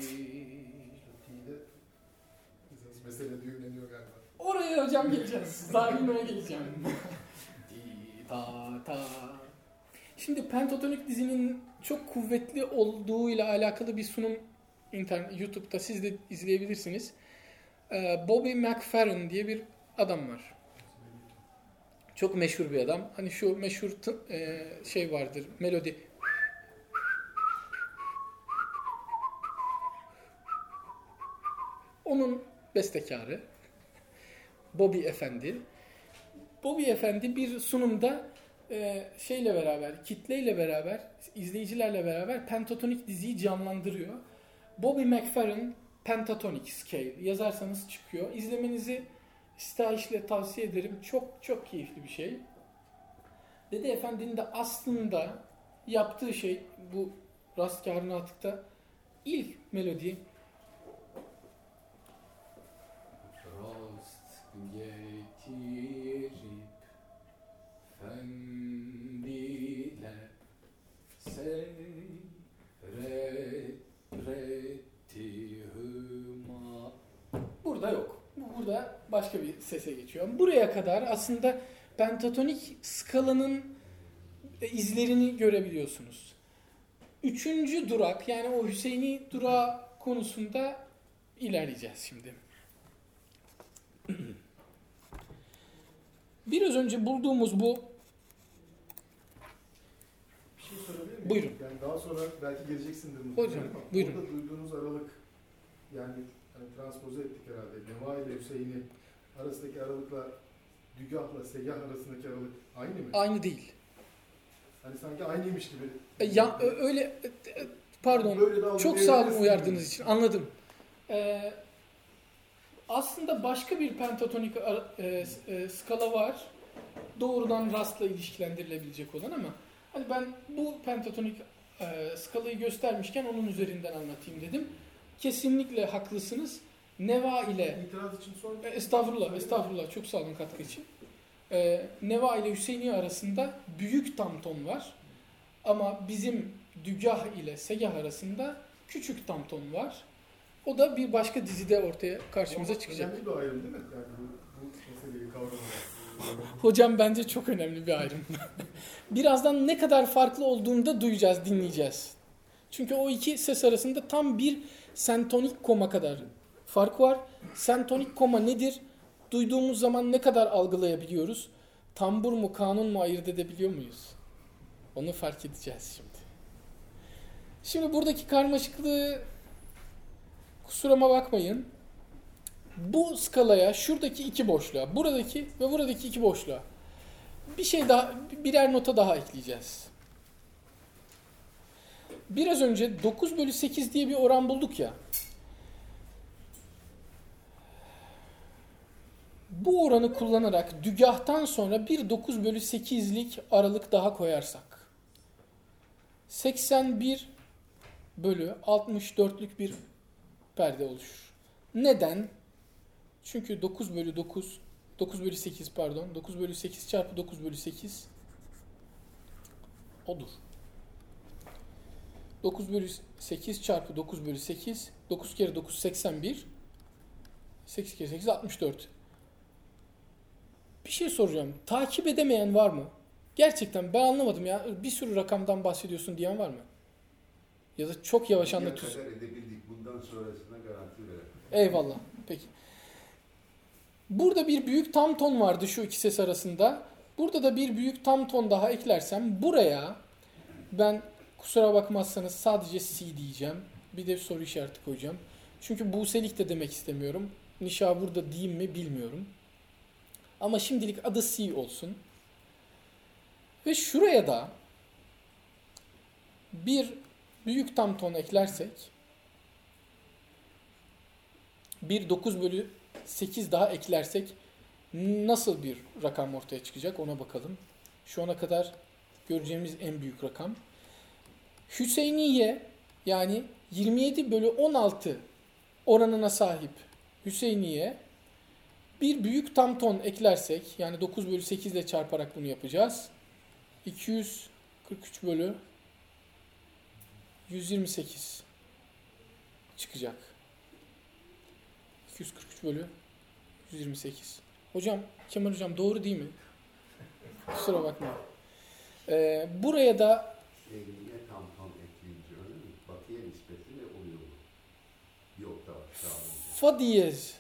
mesele düğümleniyor galiba. Oraya hocam geleceğiz. Zaten oraya geleceğim. Ti ta ta. Şimdi pentatonik dizinin çok kuvvetli olduğuyla alakalı bir sunum internet YouTube'da siz de izleyebilirsiniz. Ee, Bobby McFerrin diye bir adam var. Çok meşhur bir adam. Hani şu meşhur t- e, şey vardır, melodi. Onun bestekarı Bobby Efendi. Bobby Efendi bir sunumda e, şeyle beraber, kitleyle beraber, izleyicilerle beraber pentatonik diziyi canlandırıyor. Bobby McFerrin Pentatonic Scale yazarsanız çıkıyor. İzlemenizi istahişle tavsiye ederim. Çok çok keyifli bir şey. Dede Efendi'nin de aslında yaptığı şey bu Rastgâr-ı Natık'ta ilk melodi Rast getirip fendile seyretti hüma. Burada yok. Burada başka bir sese geçiyor. Buraya kadar aslında pentatonik skalanın izlerini görebiliyorsunuz. Üçüncü durak yani o Hüseyini durağı konusunda ilerleyeceğiz şimdi. Biraz önce bulduğumuz bu Bir şey sorabilir miyim? Buyurun. Yani daha sonra belki geleceksindir muhtemelen Hocam, ama buyurun. orada duyduğunuz aralık yani hani transpoze ettik herhalde. Neva ile Hüseyin'i arasındaki aralıkla Dügah'la Segah arasındaki aralık aynı mı? aynı değil. Hani sanki aynıymış gibi. E, ya ö- öyle e, e, pardon. Böyle de Çok sağ olun algılayabilirsiniz uyardığınız gibi. için. Anladım. Ee, aslında başka bir pentatonik ara- e, e, skala var. Doğrudan Rast'la ilişkilendirilebilecek olan ama hani ben bu pentatonik e, skalayı göstermişken onun üzerinden anlatayım dedim. Kesinlikle haklısınız. Neva ile İtiraz için sor. e, estağfurullah, estağfurullah. Çok sağ olun katkı için. Ee, Neva ile Hüseyni arasında büyük tam ton var. Ama bizim Dügah ile Segah arasında küçük tam ton var. O da bir başka dizide ortaya karşımıza Ama çıkacak. önemli bir ayrım değil mi? Yani bu, bu meseleyi kavramalar. Hocam bence çok önemli bir ayrım. Birazdan ne kadar farklı olduğunu da duyacağız, dinleyeceğiz. Çünkü o iki ses arasında tam bir sentonik koma kadar fark var. Sentonik koma nedir? Duyduğumuz zaman ne kadar algılayabiliyoruz? Tambur mu, kanun mu ayırt edebiliyor muyuz? Onu fark edeceğiz şimdi. Şimdi buradaki karmaşıklığı kusuruma bakmayın. Bu skalaya, şuradaki iki boşluğa, buradaki ve buradaki iki boşluğa bir şey daha, birer nota daha ekleyeceğiz. Biraz önce dokuz bölü sekiz diye bir oran bulduk ya. Bu oranı kullanarak dügahtan sonra bir dokuz bölü sekizlik aralık daha koyarsak seksen bir bölü altmış dörtlük bir perde oluşur. Neden? Çünkü dokuz bölü dokuz, dokuz bölü sekiz pardon, dokuz bölü sekiz çarpı dokuz bölü sekiz odur. dokuz bölü sekiz çarpı dokuz bölü sekiz, dokuz kere dokuz seksen bir, sekiz kere sekiz altmış dört. Bir şey soracağım. Takip edemeyen var mı? Gerçekten ben anlamadım ya. Bir sürü rakamdan bahsediyorsun diyen var mı? Ya da çok yavaş anlatıyorsun. Ne kadar edebildik, bundan sonrasına garanti verelim. Eyvallah. Peki. Burada bir büyük tam ton vardı şu iki ses arasında. Burada da bir büyük tam ton daha eklersem buraya ben kusura bakmazsanız sadece C diyeceğim. Bir de soru işareti koyacağım. Çünkü buselik de demek istemiyorum. Nişa burada diyeyim mi bilmiyorum. Ama şimdilik adı C olsun. Ve şuraya da bir büyük tam ton eklersek bir dokuz bölü sekiz daha eklersek nasıl bir rakam ortaya çıkacak ona bakalım. Şu ana kadar göreceğimiz en büyük rakam. Hüseyniye yani yirmi yedi bölü on altı oranına sahip Hüseyniye bir büyük tam ton eklersek yani dokuz bölü sekiz ile çarparak bunu yapacağız. iki yüz kırk üç bölü yüz yirmi sekiz çıkacak. iki yüz kırk üç bölü yüz yirmi sekiz. Hocam, Kemal hocam doğru değil mi? Kusura bakma. Ee, buraya da Sevgiye tam tam ekleyince öyle mi? Batıya nispeti ne oluyor bu? Yok da var. fa diyez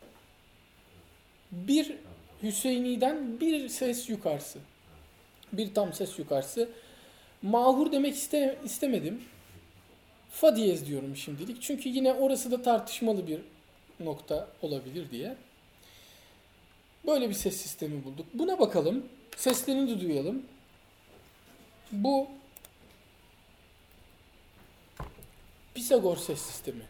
bir Hüseyni'den bir ses yukarısı. Bir tam ses yukarısı. Mahur demek iste, istemedim. Fa diyez diyorum şimdilik. Çünkü yine orası da tartışmalı bir nokta olabilir diye. Böyle bir ses sistemi bulduk. Buna bakalım. Seslerini de duyalım. Bu Pisagor ses sistemi.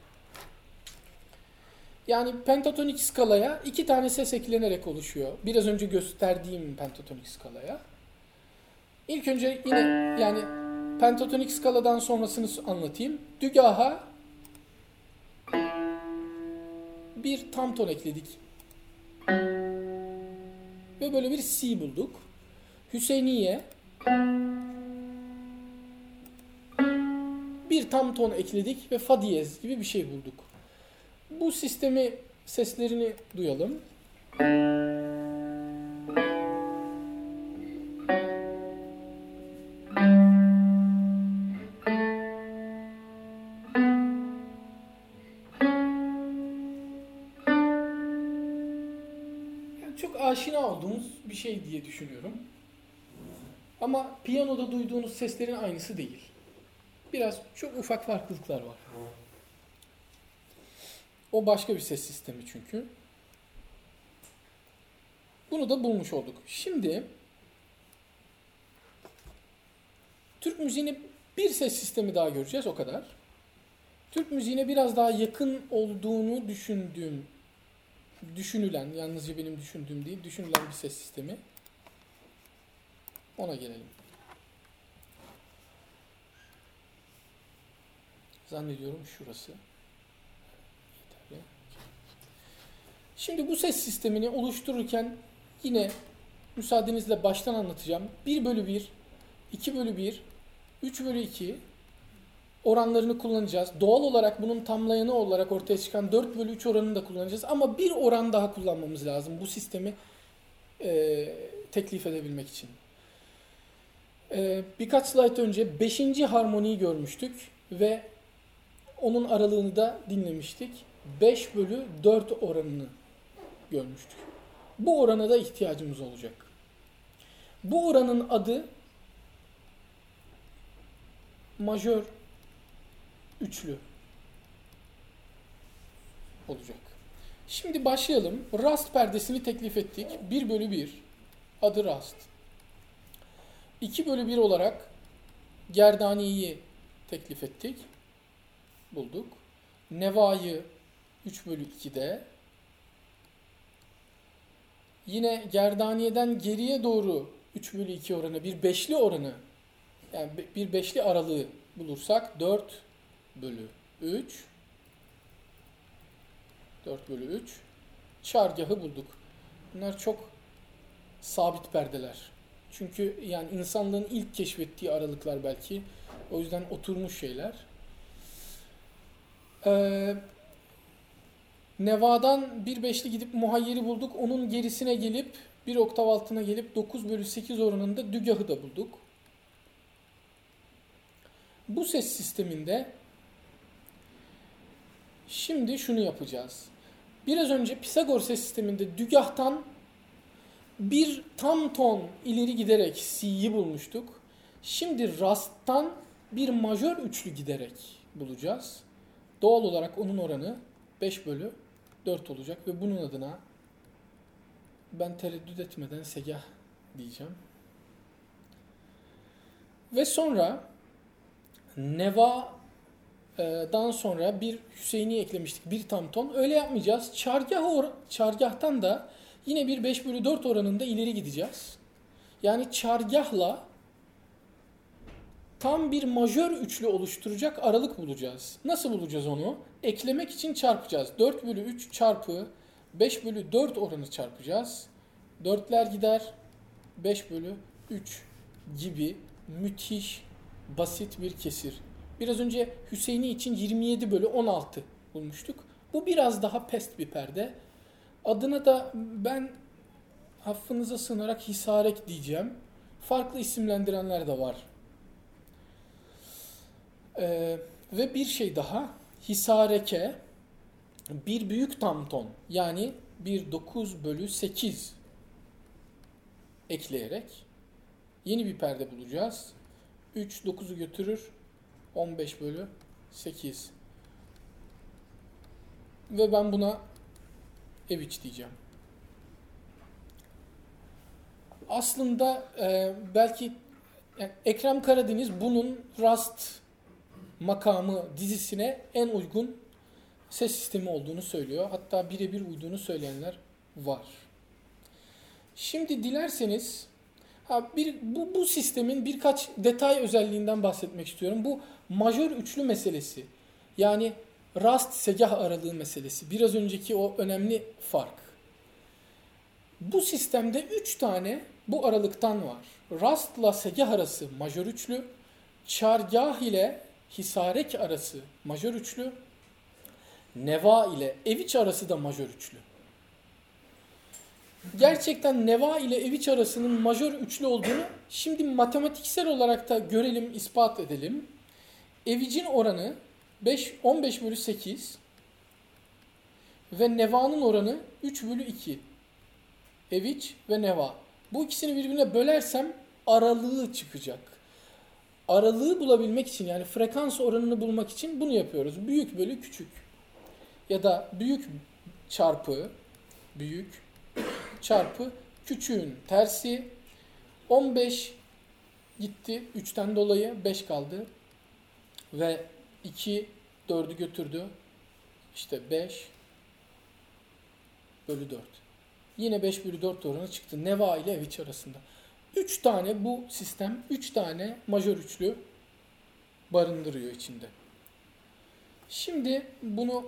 Yani pentatonik skalaya iki tane ses eklenerek oluşuyor. Biraz önce gösterdiğim pentatonik skalaya. İlk önce yine yani pentatonik skaladan sonrasını anlatayım. Dügaha bir tam ton ekledik. Ve böyle bir C bulduk. Hüseyniye bir tam ton ekledik ve fa diyez gibi bir şey bulduk. Bu sistemi seslerini duyalım. Yani çok aşina olduğumuz bir şey diye düşünüyorum. Ama piyanoda duyduğunuz seslerin aynısı değil. Biraz çok ufak farklılıklar var. O başka bir ses sistemi çünkü. Bunu da bulmuş olduk. Şimdi Türk müziğini bir ses sistemi daha göreceğiz o kadar. Türk müziğine biraz daha yakın olduğunu düşündüğüm, düşünülen, yalnızca benim düşündüğüm değil, düşünülen bir ses sistemi. Ona gelelim. Zannediyorum şurası. Şimdi bu ses sistemini oluştururken yine müsaadenizle baştan anlatacağım. bir bölü bir, iki bölü bir, üç bölü iki oranlarını kullanacağız. Doğal olarak bunun tamlayanı olarak ortaya çıkan dört bölü üç oranını da kullanacağız. Ama bir oran daha kullanmamız lazım bu sistemi e, teklif edebilmek için. E, birkaç slayt önce beşinci harmoniyi görmüştük ve onun aralığını da dinlemiştik. beş bölü dört oranını görmüştük. Bu orana da ihtiyacımız olacak. Bu oranın adı majör üçlü olacak. Şimdi başlayalım. Rast perdesini teklif ettik. bir bölü bir. Adı rast. iki bölü bir olarak gerdaniyi teklif ettik. Bulduk. Neva'yı üç bölü iki'de. Yine gerdaniyeden geriye doğru üç bölü iki oranı, bir beşli oranı, yani bir beşli aralığı bulursak dört bölü üç. dört bölü üç. Çargahı bulduk. Bunlar çok sabit perdeler. Çünkü yani insanlığın ilk keşfettiği aralıklar belki. O yüzden oturmuş şeyler. Ee, Neva'dan bir beşli gidip muhayyeri bulduk. Onun gerisine gelip bir oktav altına gelip dokuz bölü sekiz oranında dügahı da bulduk. Bu ses sisteminde şimdi şunu yapacağız. Biraz önce Pisagor ses sisteminde dügahtan bir tam ton ileri giderek si'yi bulmuştuk. Şimdi rasttan bir majör üçlü giderek bulacağız. Doğal olarak onun oranı beş bölü dört olacak ve bunun adına ben tereddüt etmeden segah diyeceğim. Ve sonra Neva'dan sonra bir Hüseyin'i eklemiştik. Bir tam ton. Öyle yapmayacağız. Çargah or- çargahtan da yine bir beş bölü dört oranında ileri gideceğiz. Yani çargahla tam bir majör üçlü oluşturacak aralık bulacağız. Nasıl bulacağız onu? Eklemek için çarpacağız. dört bölü üç çarpı beş bölü dört oranı çarpacağız. dörtler gider. beş bölü üç gibi müthiş basit bir kesir. Biraz önce Hüseyin'i için yirmi yedi bölü on altı bulmuştuk. Bu biraz daha pest bir perde. Adına da ben affınıza sığınarak hisarek diyeceğim. Farklı isimlendirenler de var. Ee, ve bir şey daha. Hisareke bir büyük tam ton yani bir dokuz bölü sekiz ekleyerek yeni bir perde bulacağız. üç dokuzu götürür. on beş bölü sekiz. Ve ben buna Eviç diyeceğim. Aslında e, belki yani Ekrem Karadeniz bunun rast makamı dizisine en uygun ses sistemi olduğunu söylüyor. Hatta birebir uyduğunu söyleyenler var. Şimdi dilerseniz ha bir bu bu sistemin birkaç detay özelliğinden bahsetmek istiyorum. Bu majör üçlü meselesi. Yani rast segah aralığı meselesi. Biraz önceki o önemli fark. Bu sistemde üç tane bu aralıktan var. Rastla segah arası majör üçlü, çargah ile hisarek arası majör üçlü, neva ile eviç arası da majör üçlü. Gerçekten neva ile eviç arasının majör üçlü olduğunu şimdi matematiksel olarak da görelim, ispat edelim. Evicin oranı beş, on beş bölü sekiz ve nevanın oranı üç bölü iki. Eviç ve neva. Bu ikisini birbirine bölersem aralığı çıkacak. Aralığı bulabilmek için yani frekans oranını bulmak için bunu yapıyoruz. Büyük bölü küçük. Ya da büyük çarpı büyük çarpı küçüğün tersi. on beş gitti. üçten dolayı beş kaldı. Ve iki dördü götürdü. İşte beş bölü dört. Yine beş bölü dört oranı çıktı. Neva ile eviç arasında. üç tane bu sistem üç tane majör üçlü barındırıyor içinde. Şimdi bunu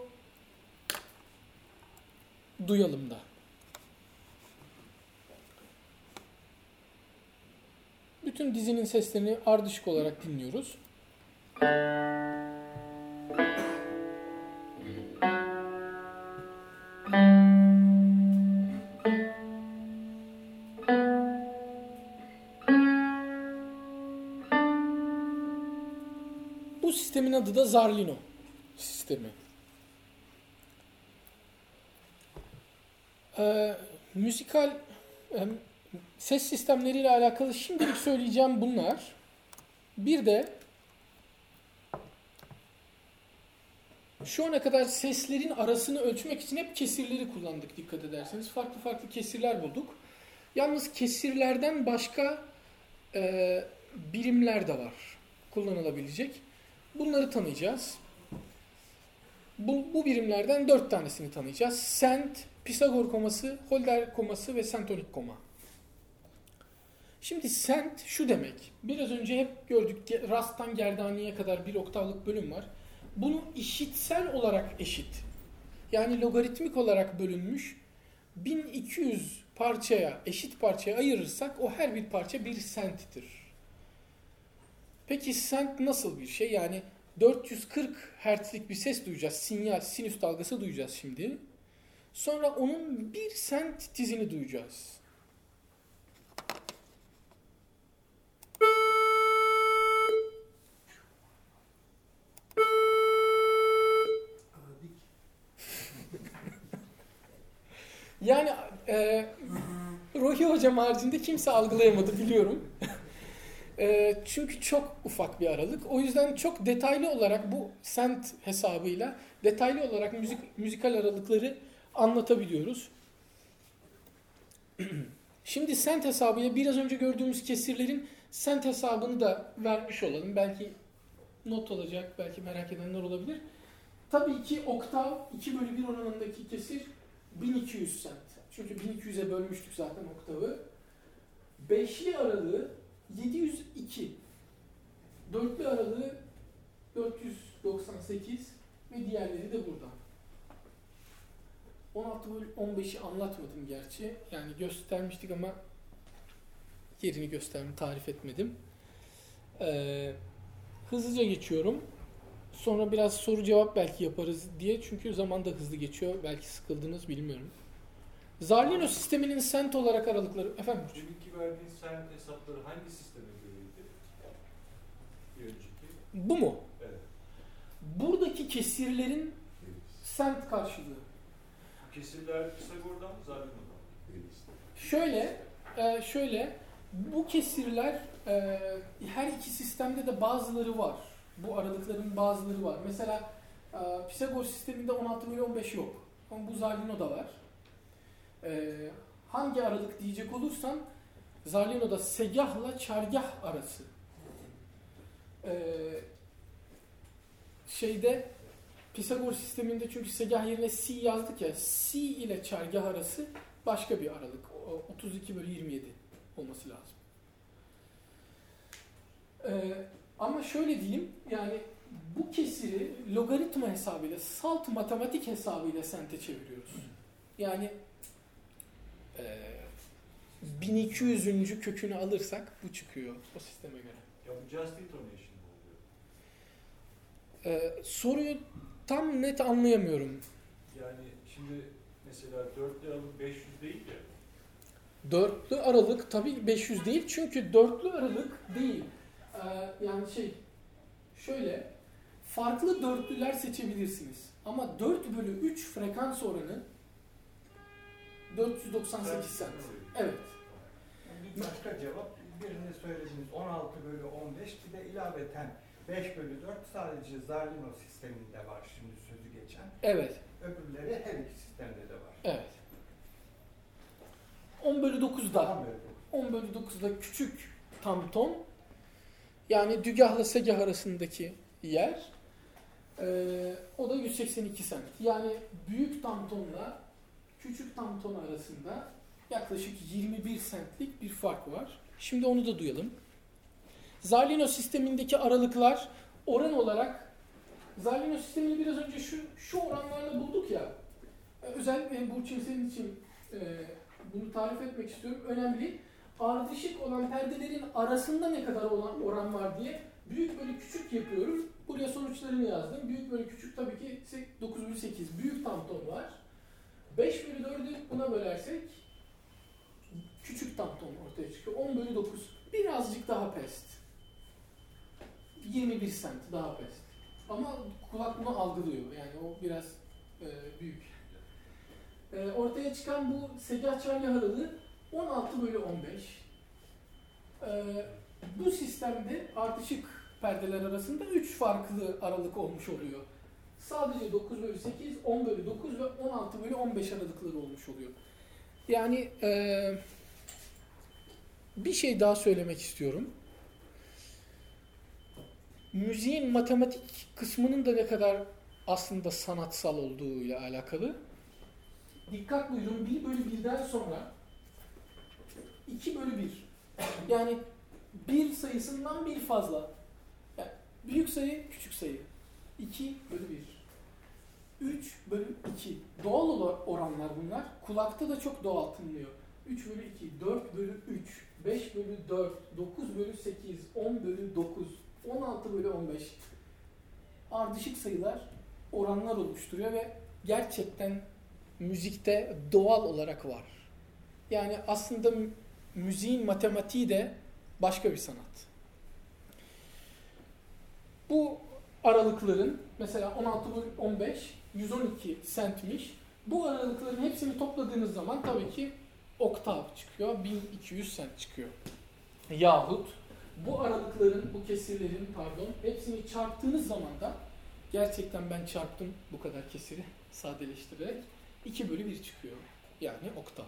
duyalım da. Bütün dizinin seslerini ardışık olarak dinliyoruz. Bu sistemin adı da Zarlino sistemi. Ee, müzikal e, ses sistemleriyle alakalı şimdilik söyleyeceğim bunlar. Bir de şu ana kadar seslerin arasını ölçmek için hep kesirleri kullandık, dikkat ederseniz. Farklı farklı kesirler bulduk. Yalnız kesirlerden başka e, birimler de var kullanılabilecek. Bunları tanıyacağız. Bu, bu birimlerden dört tanesini tanıyacağız. Sent, Pisagor koması, Holder koması ve sentonik koma. Şimdi sent şu demek. Biraz önce hep gördük, rasttan gerdaniye kadar bir oktavlık bölüm var. Bunu işitsel olarak eşit, yani logaritmik olarak bölünmüş bin iki yüz parçaya, eşit parçaya ayırırsak o her bir parça bir senttir. Peki sent nasıl bir şey? Yani dört yüz kırk hertzlik bir ses duyacağız. Sinyal, sinüs dalgası duyacağız şimdi. Sonra onun bir sent tizini duyacağız. Yani e, Ruhi Hocam haricinde kimse algılayamadı, biliyorum. e, çünkü çok ufak bir aralık. O yüzden çok detaylı olarak bu sent hesabıyla detaylı olarak müzik, müzikal aralıkları anlatabiliyoruz. Şimdi sent hesabıyla biraz önce gördüğümüz kesirlerin sent hesabını da vermiş olalım. Belki not olacak, belki merak edenler olabilir. Tabii ki oktav iki bölü bir oranındaki kesir bin iki yüz sent. Çünkü bin iki yüze bölmüştük zaten oktavı. Beşli aralığı yedi yüz iki. Dörtlü aralığı dört yüz doksan sekiz ve diğerleri de burada. on altı bölü on beşi anlatmadım gerçi. Yani göstermiştik ama yerini gösterdim, tarif etmedim. Ee, hızlıca geçiyorum. Sonra biraz soru cevap belki yaparız diye. Çünkü zaman da hızlı geçiyor. Belki sıkıldınız, bilmiyorum. Zarlino sisteminin sent olarak aralıkları... Efendim? Deminki verdiğin sent hesapları hangi sisteme göreydi? Bir önceki. Bu mu? Evet. Buradaki kesirlerin sent karşılığı. Kesirler Pisagor'dan mı, Zarlino'dan mı? Şöyle, e, şöyle, bu kesirler e, her iki sistemde de bazıları var. Bu aralıkların bazıları var. Mesela e, Pisagor sisteminde on altı bölü on beş yok. Ama bu Zarlino'da var. E, hangi aralık diyecek olursan, Zarlino'da segahla çargah arası. E, şeyde Pisagor sisteminde çünkü segah yerine si yazdık ya, si ile çargah arası başka bir aralık. otuz iki bölü yirmi yedi olması lazım. Ee, ama şöyle diyeyim, yani bu kesiri logaritma hesabıyla, salt matematik hesabıyla sente çeviriyoruz. Yani e, bin iki yüzüncü kökünü alırsak bu çıkıyor o sisteme göre. Ya bu just intonation mı oluyor? Ee, soruyu tam net anlayamıyorum. Yani şimdi mesela dörtlü aralık beş yüz değil ya. Dörtlü aralık tabii beş yüz değil, çünkü dörtlü aralık değil. Ee, yani şey, şöyle, farklı dörtlüler seçebilirsiniz. Ama dört bölü üç frekans oranı dört yüz doksan sekiz sent. Evet. Bir başka cevap, birini söylediniz on altı bölü on beş, bir de ilaveten beş bölü dört sadece Zarlino sisteminde var şimdi sözü geçen. Evet. Öbürleri her iki sistemde de var. Evet. on bölü dokuzda Tam böyle. on bölü dokuzda küçük tam ton, yani dügahla segah arasındaki yer, ee, o da yüz seksen iki sent. Yani büyük tam tonla küçük tam ton arasında yaklaşık yirmi bir sentlik bir fark var. Şimdi onu da duyalım. Zarlino sistemindeki aralıklar oran olarak, Zarlino sistemini biraz önce şu şu oranlarla bulduk ya. Özellikle Burçin senin için e, bunu tarif etmek istiyorum. Önemli. ardışık olan perdelerin arasında ne kadar olan oran var diye büyük bölü küçük yapıyorum. Buraya sonuçlarını yazdım. Büyük bölü küçük tabii ki dokuz bölü sekiz. Büyük tam ton var. beş bölü dördü buna bölersek küçük tam ton ortaya çıkıyor. on bölü dokuz. Birazcık daha pest. yirmi bir sent daha pest. Ama kulak bunu algılıyor. Yani o biraz e, büyük. E, ortaya çıkan bu segah çargı aralığı on altı bölü on beş. E, bu sistemde ardışık perdeler arasında üç farklı aralık olmuş oluyor. Sadece dokuz bölü sekiz, on bölü dokuz ve on altı bölü on beş aralıkları olmuş oluyor. Yani e, bir şey daha söylemek istiyorum. Müziğin matematik kısmının da ne kadar aslında sanatsal olduğuyla alakalı. Dikkat buyurun, bir bölü birden sonra iki bölü bir. Yani bir sayısından bir fazla. Yani büyük sayı, küçük sayı. iki bölü bir. üç bölü iki. Doğal oranlar bunlar. Kulakta da çok doğal tınlıyor. üç bölü iki, dört bölü üç, beş bölü dört, dokuz bölü sekiz, on bölü dokuz, on altı bölü on beş. Ardışık sayılar oranlar oluşturuyor ve gerçekten müzikte doğal olarak var. Yani aslında müziğin matematiği de başka bir sanat. Bu aralıkların mesela on altı bölü on beş yüz on iki sentmiş. Bu aralıkların hepsini topladığınız zaman tabii ki oktav çıkıyor. bin iki yüz sent çıkıyor. Yahut bu aralıkların, bu kesirlerin pardon hepsini çarptığınız zaman da gerçekten ben çarptım bu kadar kesiri sadeleştirerek iki bölü bir çıkıyor. Yani oktav.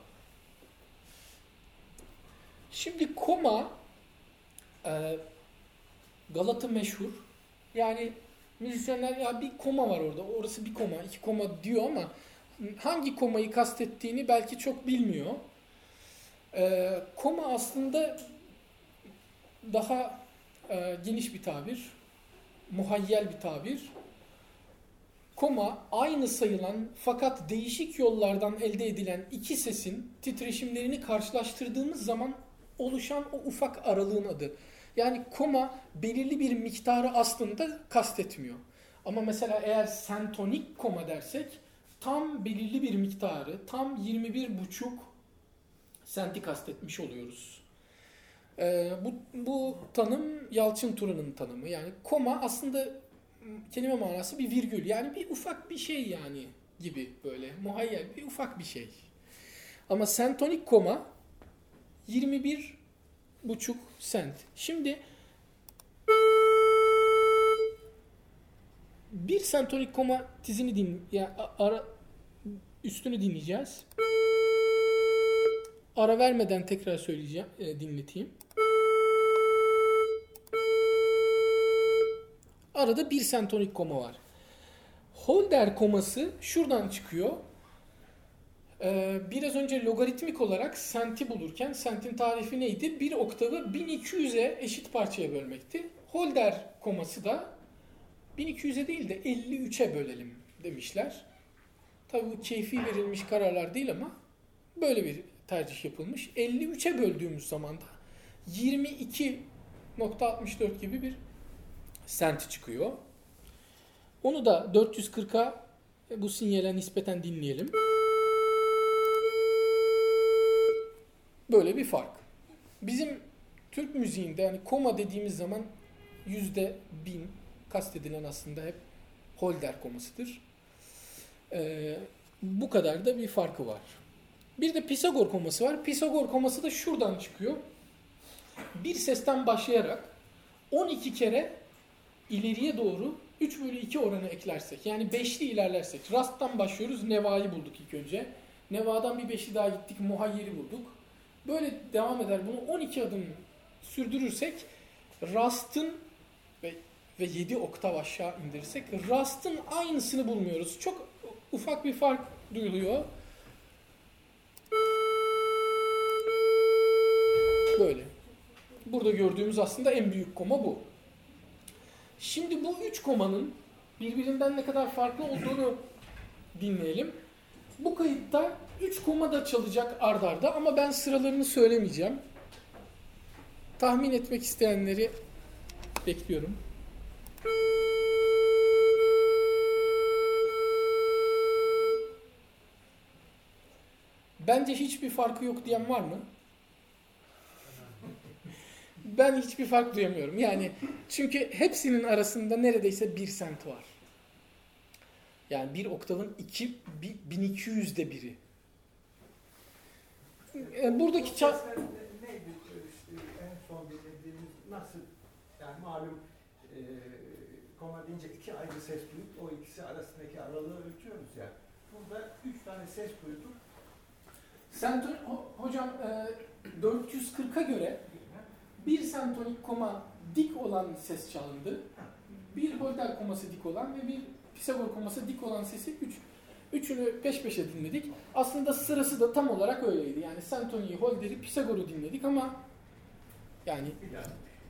Şimdi koma e, Galata meşhur. Yani müzisyenler ya bir koma var orada. Orası bir koma, iki koma diyor ama hangi komayı kastettiğini belki çok bilmiyor. E, koma aslında daha e, geniş bir tabir. Muhayyel bir tabir. Koma aynı sayılan fakat değişik yollardan elde edilen iki sesin titreşimlerini karşılaştırdığımız zaman oluşan o ufak aralığın adı. Yani koma belirli bir miktarı aslında kastetmiyor. Ama mesela eğer sentonik koma dersek tam belirli bir miktarı, tam yirmi bir buçuk senti kastetmiş oluyoruz. Ee, bu, bu tanım Yalçın Turan'ın tanımı. Yani koma aslında kelime manası bir virgül. Yani bir ufak bir şey yani gibi böyle muhayyel bir ufak bir şey. Ama sentonik koma yirmi bir buçuk sent. Şimdi bir sentonik koma tizini din yani ara üstünü dinleyeceğiz. Ara vermeden tekrar söyleyeceğim, e, dinleteyim. Arada bir sentonik koma var. Holder koması şuradan çıkıyor. Ee, biraz önce logaritmik olarak senti bulurken sentin tarifi neydi? Bir oktavı bin iki yüze eşit parçaya bölmekti. Holder koması da bin iki yüze değil de elli üçe bölelim demişler. Tabii bu keyfi verilmiş kararlar değil ama böyle bir tercih yapılmış. elli üçe böldüğümüz zaman da yirmi iki nokta altmış dört gibi bir sent çıkıyor. Onu da dört yüz kırka bu sinyale nispeten dinleyelim. Böyle bir fark. Bizim Türk müziğinde yani koma dediğimiz zaman yüzde bin kastedilen aslında hep holder komasıdır. Ee, bu kadar da bir farkı var. Bir de Pisagor koması var. Pisagor koması da şuradan çıkıyor. Bir sesten başlayarak on iki kere ileriye doğru üç bölü iki oranı eklersek, yani beşli ilerlersek, rasttan başlıyoruz, nevayı bulduk ilk önce. Nevadan bir beşli daha gittik, muhayyeri bulduk. Böyle devam eder. Bunu on iki adım sürdürürsek, rastın ve, ve yedi oktav aşağı indirirsek, rastın aynısını bulmuyoruz. Çok ufak bir fark duyuluyor. Böyle. Burada gördüğümüz aslında en büyük koma bu. Şimdi bu üç komanın birbirinden ne kadar farklı olduğunu dinleyelim. Bu kayıtta üç koma da çalacak ard arda ama ben sıralarını söylemeyeceğim. Tahmin etmek isteyenleri bekliyorum. Bence hiçbir farkı yok diyen var mı? Ben hiçbir fark duyamıyorum. Yani çünkü hepsinin arasında neredeyse bir sent var. Yani bir oktavın iki, bin iki yüzde biri. Buradaki ça- Sesler ne- neydi? İşte en son dinlediğimiz nasıl, yani malum e, koma deyince iki ayrı ses duyup o ikisi arasındaki aralığı ölçüyoruz ya. Burada üç tane ses duyduk. Senton, ho- hocam e, dört yüz kırka göre bir sentonik koma dik olan ses çalındı. Bir Holder koması dik olan ve bir Pisagor koması dik olan sesi üç. Üçünü peş peşe dinledik. Aslında sırası da tam olarak öyleydi. Yani sentoniyi, Holder'i, Pisagor'u dinledik ama yani Bir daha.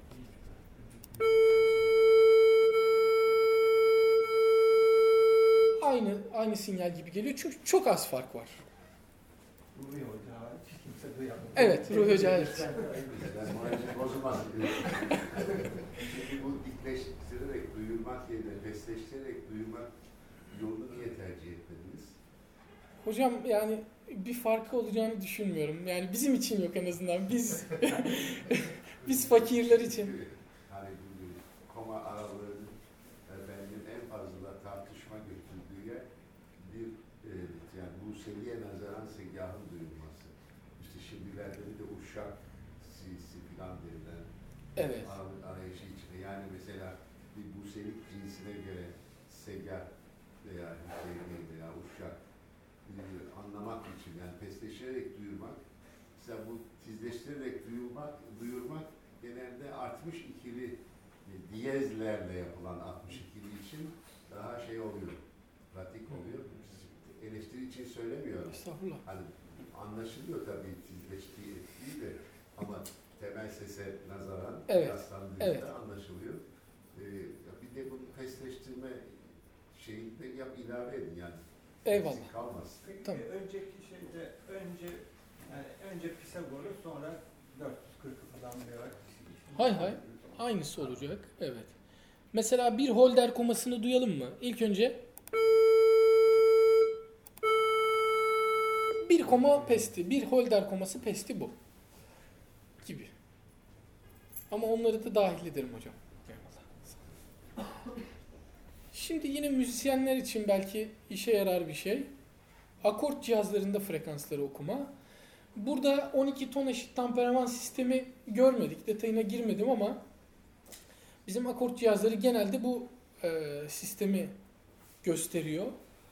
aynı aynı sinyal gibi geliyor. Çünkü çok az fark var. Ruhi Hoca hariç kimse duyamadı. Evet, Ruhi Hoca hariç. Ben moralimi bozmaz. Çünkü bu dikleştirerek duyurmak yerine pesleştirerek duyurmak yolunu niye tercih etmediniz? Hocam yani bir farkı olacağını düşünmüyorum. Yani bizim için yok en azından. Biz biz fakirler için. Hani bu koma aralarının efendim en fazla tartışma götürdüğü yer bir e, yani bu seviye nazaran segahın duyulması. İşte şimdilerde bir de uşak sisi filan denilen Evet. ar- arayışı içinde. Yani mesela bir buselik cinsine göre segah veya hüseyin veya uşak e, anlamak için yani pesleşerek duyurmak, mesela bu tizleştirerek duyurmak, duyurmak genelde altmış ikili e, diyezlerle yapılan altmış ikili için daha şey oluyor, pratik oluyor. Eleştiri için söylemiyorum. Estağfurullah. Hani anlaşılıyor tabii tizleştiği değil de ama temel sese nazaran Evet, yaslandığında evet. anlaşılıyor. Ee, bir de bunu pesleştirme şeyini de yap ilave edin yani. Eyvallah. Eksik kalmasın. Peki Tamam. önceki şeyde önce yani önce Pisagor'u sonra dört yüz kırkı falan diyorlar. Hay hay. Aynısı olacak. Evet. Mesela bir Holder komasını duyalım mı? İlk önce bir koma pesti, bir Holder koması pesti bu. Gibi. Ama onları da dahil ederim hocam. Eyvallah. Şimdi yine müzisyenler için belki işe yarar bir şey. Akort cihazlarında frekansları okuma. Burada on iki ton eşit temperaman sistemi görmedik. Detayına girmedim ama bizim akort cihazları genelde bu e, sistemi gösteriyor.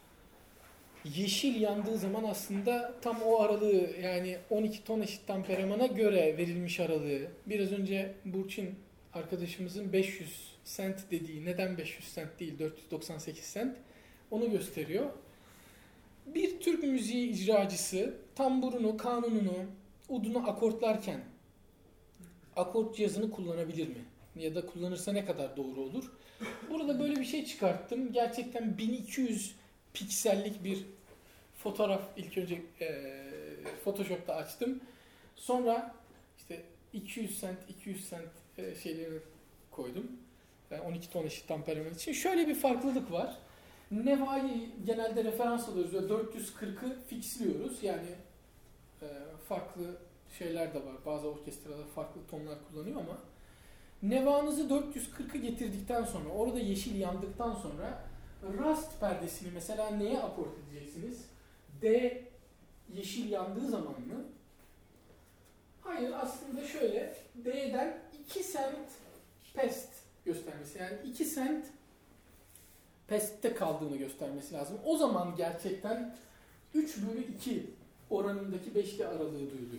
Yeşil yandığı zaman aslında tam o aralığı, yani on iki ton eşit temperamana göre verilmiş aralığı. Biraz önce Burçin arkadaşımızın beş yüz sent dediği, neden beş yüz sent değil dört yüz doksan sekiz sent, onu gösteriyor. Bir Türk müziği icracısı tamburunu, kanununu, udunu akortlarken akort cihazını kullanabilir mi? Ya da kullanırsa ne kadar doğru olur? Burada böyle bir şey çıkarttım. Gerçekten bin iki yüz piksellik bir fotoğraf ilk önce e, Photoshop'ta açtım. Sonra işte iki yüz sent, iki yüz sent e, şeylerini koydum. Yani on iki ton eşit temperaman için. Şöyle bir farklılık var. Neva'yı genelde referans alıyoruz ve dört yüz kırkı fixliyoruz. Yani e, farklı şeyler de var. Bazı orkestralar farklı tonlar kullanıyor ama Neva'nızı dört yüz kırkı getirdikten sonra, orada yeşil yandıktan sonra rast perdesini mesela neye akort edeceksiniz? D yeşil yandığı zaman mı? Hayır, aslında şöyle D'den iki sent pest göstermesi. Yani iki sent pestte kaldığını göstermesi lazım. O zaman gerçekten üç bölü iki oranındaki beşli aralığı duyuluyor.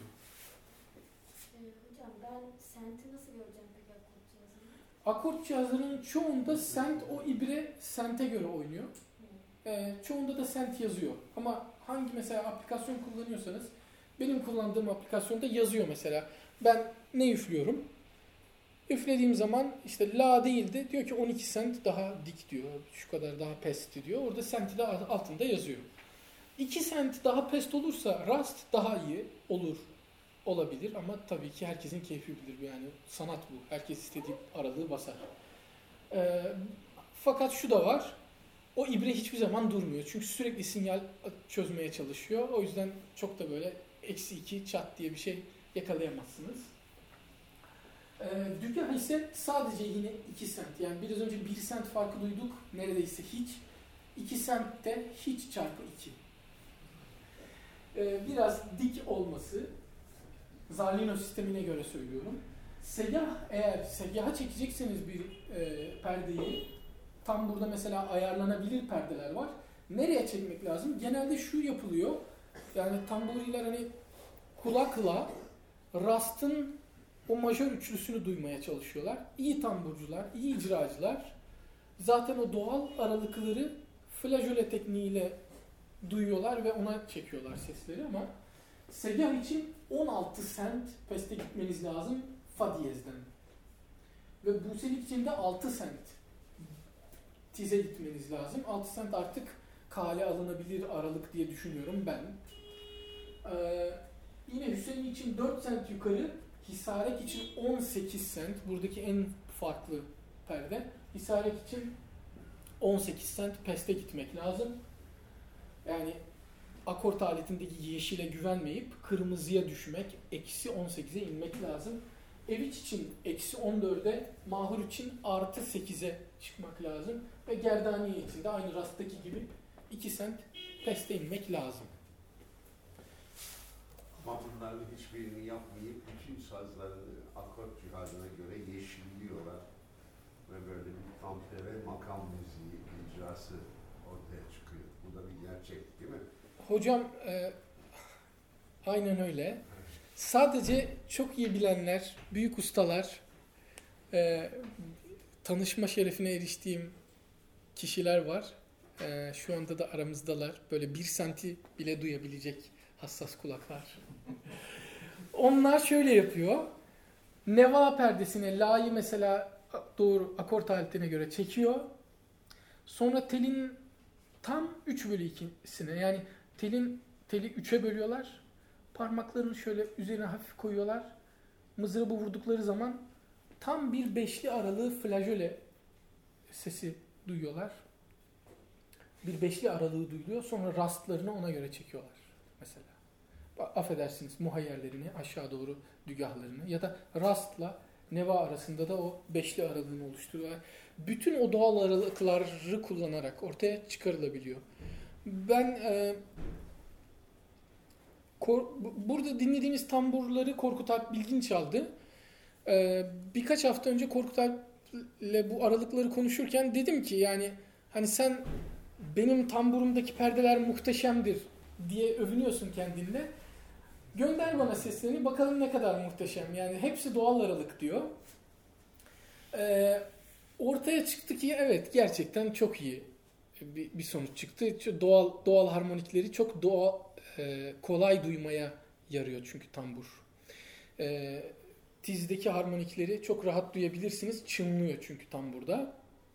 Ee, hocam ben senti nasıl göreceğim peki akort cihazını? Akort cihazlarının çoğunda sent, o ibre sente göre oynuyor. Ee, çoğunda da sent yazıyor. Ama hangi mesela aplikasyon kullanıyorsanız, benim kullandığım aplikasyonda yazıyor mesela. Ben ne üflüyorum? Üflediğim zaman işte la değil de diyor ki on iki sent daha dik diyor. Şu kadar daha pest diyor. Orada senti de altında yazıyor. iki sent daha pest olursa rast daha iyi olur olabilir ama tabii ki herkesin keyfi bilir. Yani sanat bu. Herkes istediği aralığı basar. Ee, fakat şu da var. O ibre hiçbir zaman durmuyor. Çünkü sürekli sinyal çözmeye çalışıyor. O yüzden çok da böyle eksi iki çat diye bir şey yakalayamazsınız. Ee, Dügah ise sadece yine iki sent. Yani biraz önce bir sent farkı duyduk. Neredeyse hiç. iki sentte hiç çarpı iki. Ee, biraz dik olması, Zarlino sistemine göre söylüyorum. Segah, eğer segaha çekecekseniz bir e, perdeyi, tam burada mesela ayarlanabilir perdeler var. Nereye çekmek lazım? Genelde şu yapılıyor. Yani tamburiler hani kulakla rastın o majör üçlüsünü duymaya çalışıyorlar. İyi tamburcular, iyi icracılar zaten o doğal aralıkları flajöle tekniğiyle duyuyorlar ve ona çekiyorlar sesleri ama segah için on altı sent peste gitmeniz lazım fa diyezden. Ve buselik için de altı sent tize gitmeniz lazım. altı sent artık kale alınabilir aralık diye düşünüyorum ben. Ee, yine Hüseyin için dört sent yukarı, Hisarek için on sekiz sent. Buradaki en farklı perde. Hisarek için on sekiz sent peste gitmek lazım. Yani akort aletindeki yeşile güvenmeyip kırmızıya düşmek, eksi on sekize inmek lazım. Eviç için eksi on dörde, mahur için artı sekize çıkmak lazım. Ve gerdaniye için de aynı rasttaki gibi iki sent peste inmek lazım. Ama bunların hiçbirini yapmayıp bütün sazlarını akort cihazına göre yeşilliyorlar. Ve böyle bir ampere makam müziği icrası ortaya çıkıyor. Bu da bir gerçek değil mi? Hocam e, aynen öyle. Sadece çok iyi bilenler, büyük ustalar, e, tanışma şerefine eriştiğim kişiler var. E, şu anda da aramızdalar. Böyle bir senti bile duyabilecek hassas kulaklar. Onlar şöyle yapıyor. Neva perdesine la'yı mesela doğru akort aletine göre çekiyor. Sonra telin tam üç bölü ikisine, yani telin teli üçe bölüyorlar. Parmaklarını şöyle üzerine hafif koyuyorlar. Mızrabı vurdukları zaman tam bir beşli aralığı flajöle sesi duyuyorlar. Bir beşli aralığı duyuluyor. Sonra rastlarını ona göre çekiyorlar mesela. Affedersiniz, muhayyerlerini aşağı doğru dügahlarını ya da rastla neva arasında da o beşli aralığını oluşturuyorlar. Bütün o doğal aralıkları kullanarak ortaya çıkarılabiliyor. Ben e, kor, burada dinlediğimiz tamburları Korkut Alp Bilgin çaldı. E, birkaç hafta önce Korkut Alp'le bu aralıkları konuşurken dedim ki yani hani sen benim tamburumdaki perdeler muhteşemdir diye övünüyorsun kendinle. Gönder bana seslerini, bakalım ne kadar muhteşem. Yani hepsi doğal aralık diyor. Ee, ortaya çıktı ki evet gerçekten çok iyi bir, bir sonuç çıktı. Doğal doğal harmonikleri çok doğal, e, kolay duymaya yarıyor çünkü tambur. E, tizdeki harmonikleri çok rahat duyabilirsiniz. Çınlıyor çünkü tamburda.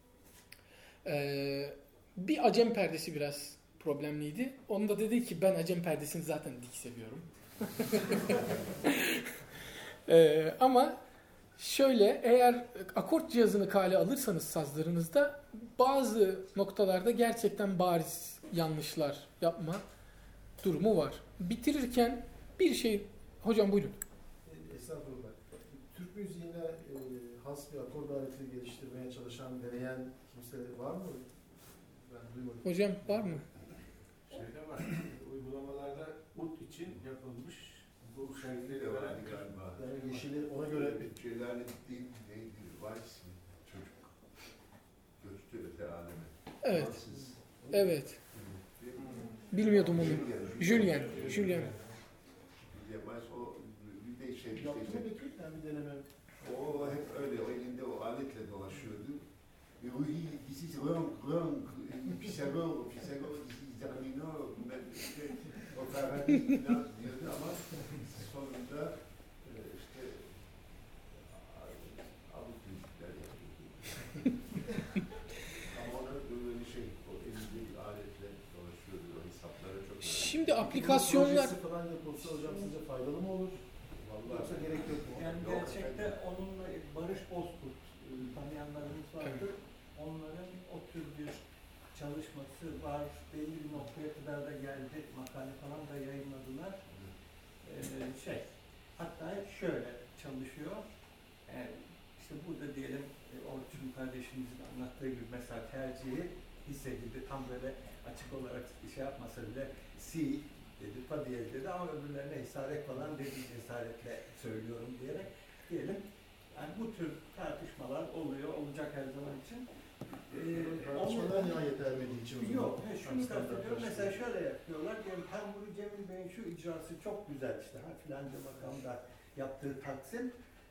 E, bir acem perdesi biraz problemliydi. Onda dedi ki ben acem perdesini zaten dik seviyorum. ee, ama şöyle, eğer akort cihazını kale alırsanız sazlarınızda bazı noktalarda gerçekten bariz yanlışlar yapma durumu var. Bitirirken bir şey, hocam buyurun. Estağfurullah. Türk müziğine e, has bir akort aleti geliştirmeye çalışan, deneyen kimse var mı? Ben duymadım. Hocam var mı? Şeyde var, uygulamalarda ut için yapılmış bu Şeyde de vardı galiba. Yani yeşili ona göre Celaleddin neydi? Weiss mi? Çocuk. Göçtü öte aleme. Evet. Fransız. Evet. Değil mi? Bilmiyordum onu. Julien. Julien. Julien. Julien Weiss o bir de şey yaptı mı işte. peki? Ben bir deneme. O hep öyle, o elinde o aletle dolaşıyordu. Oui, this is wrong, wrong. Pisagor, Pisagor, this is terminal. Ben işte o kadar falan diyordu ama sonunda e, işte abuk müzikler yapıyordu. Ama ona böyle şey, o elinde bir aletle dolaşıyordu, o hesaplara çok önemli. Şimdi aplikasyonlar Projesi falan yapılsa hocam sizce faydalı mı olur? Vallahi Yoksa gerek yok mu? Yani Yok, gerçekte efendim. onunla Barış Bozkurt e, tanıyanlarımız vardır. Onların o tür bir çalışması var. Belli bir noktaya kadar da geldi. Makale falan da yayınladılar. Ee, şey, hatta şöyle çalışıyor. Yani işte burada diyelim e, Orçun kardeşimizin anlattığı gibi mesela tercihi hissedildi. Tam böyle açık olarak şey yapmasa bile si dedi, fa diyez dedi ama öbürlerine isaret falan dedi, cesaretle söylüyorum diyerek diyelim. Yani bu tür tartışmalar oluyor, olacak her zaman için. Ee, Tartışmalar nihayet ermediği için o zaman. Yok, he, şunu Standart kastediyorum. karşılığı. Mesela şöyle yapıyorlar. Diyelim Tamburi Cemil Bey'in şu icrası çok güzel işte. Ha, filanca makamda yaptığı taksim.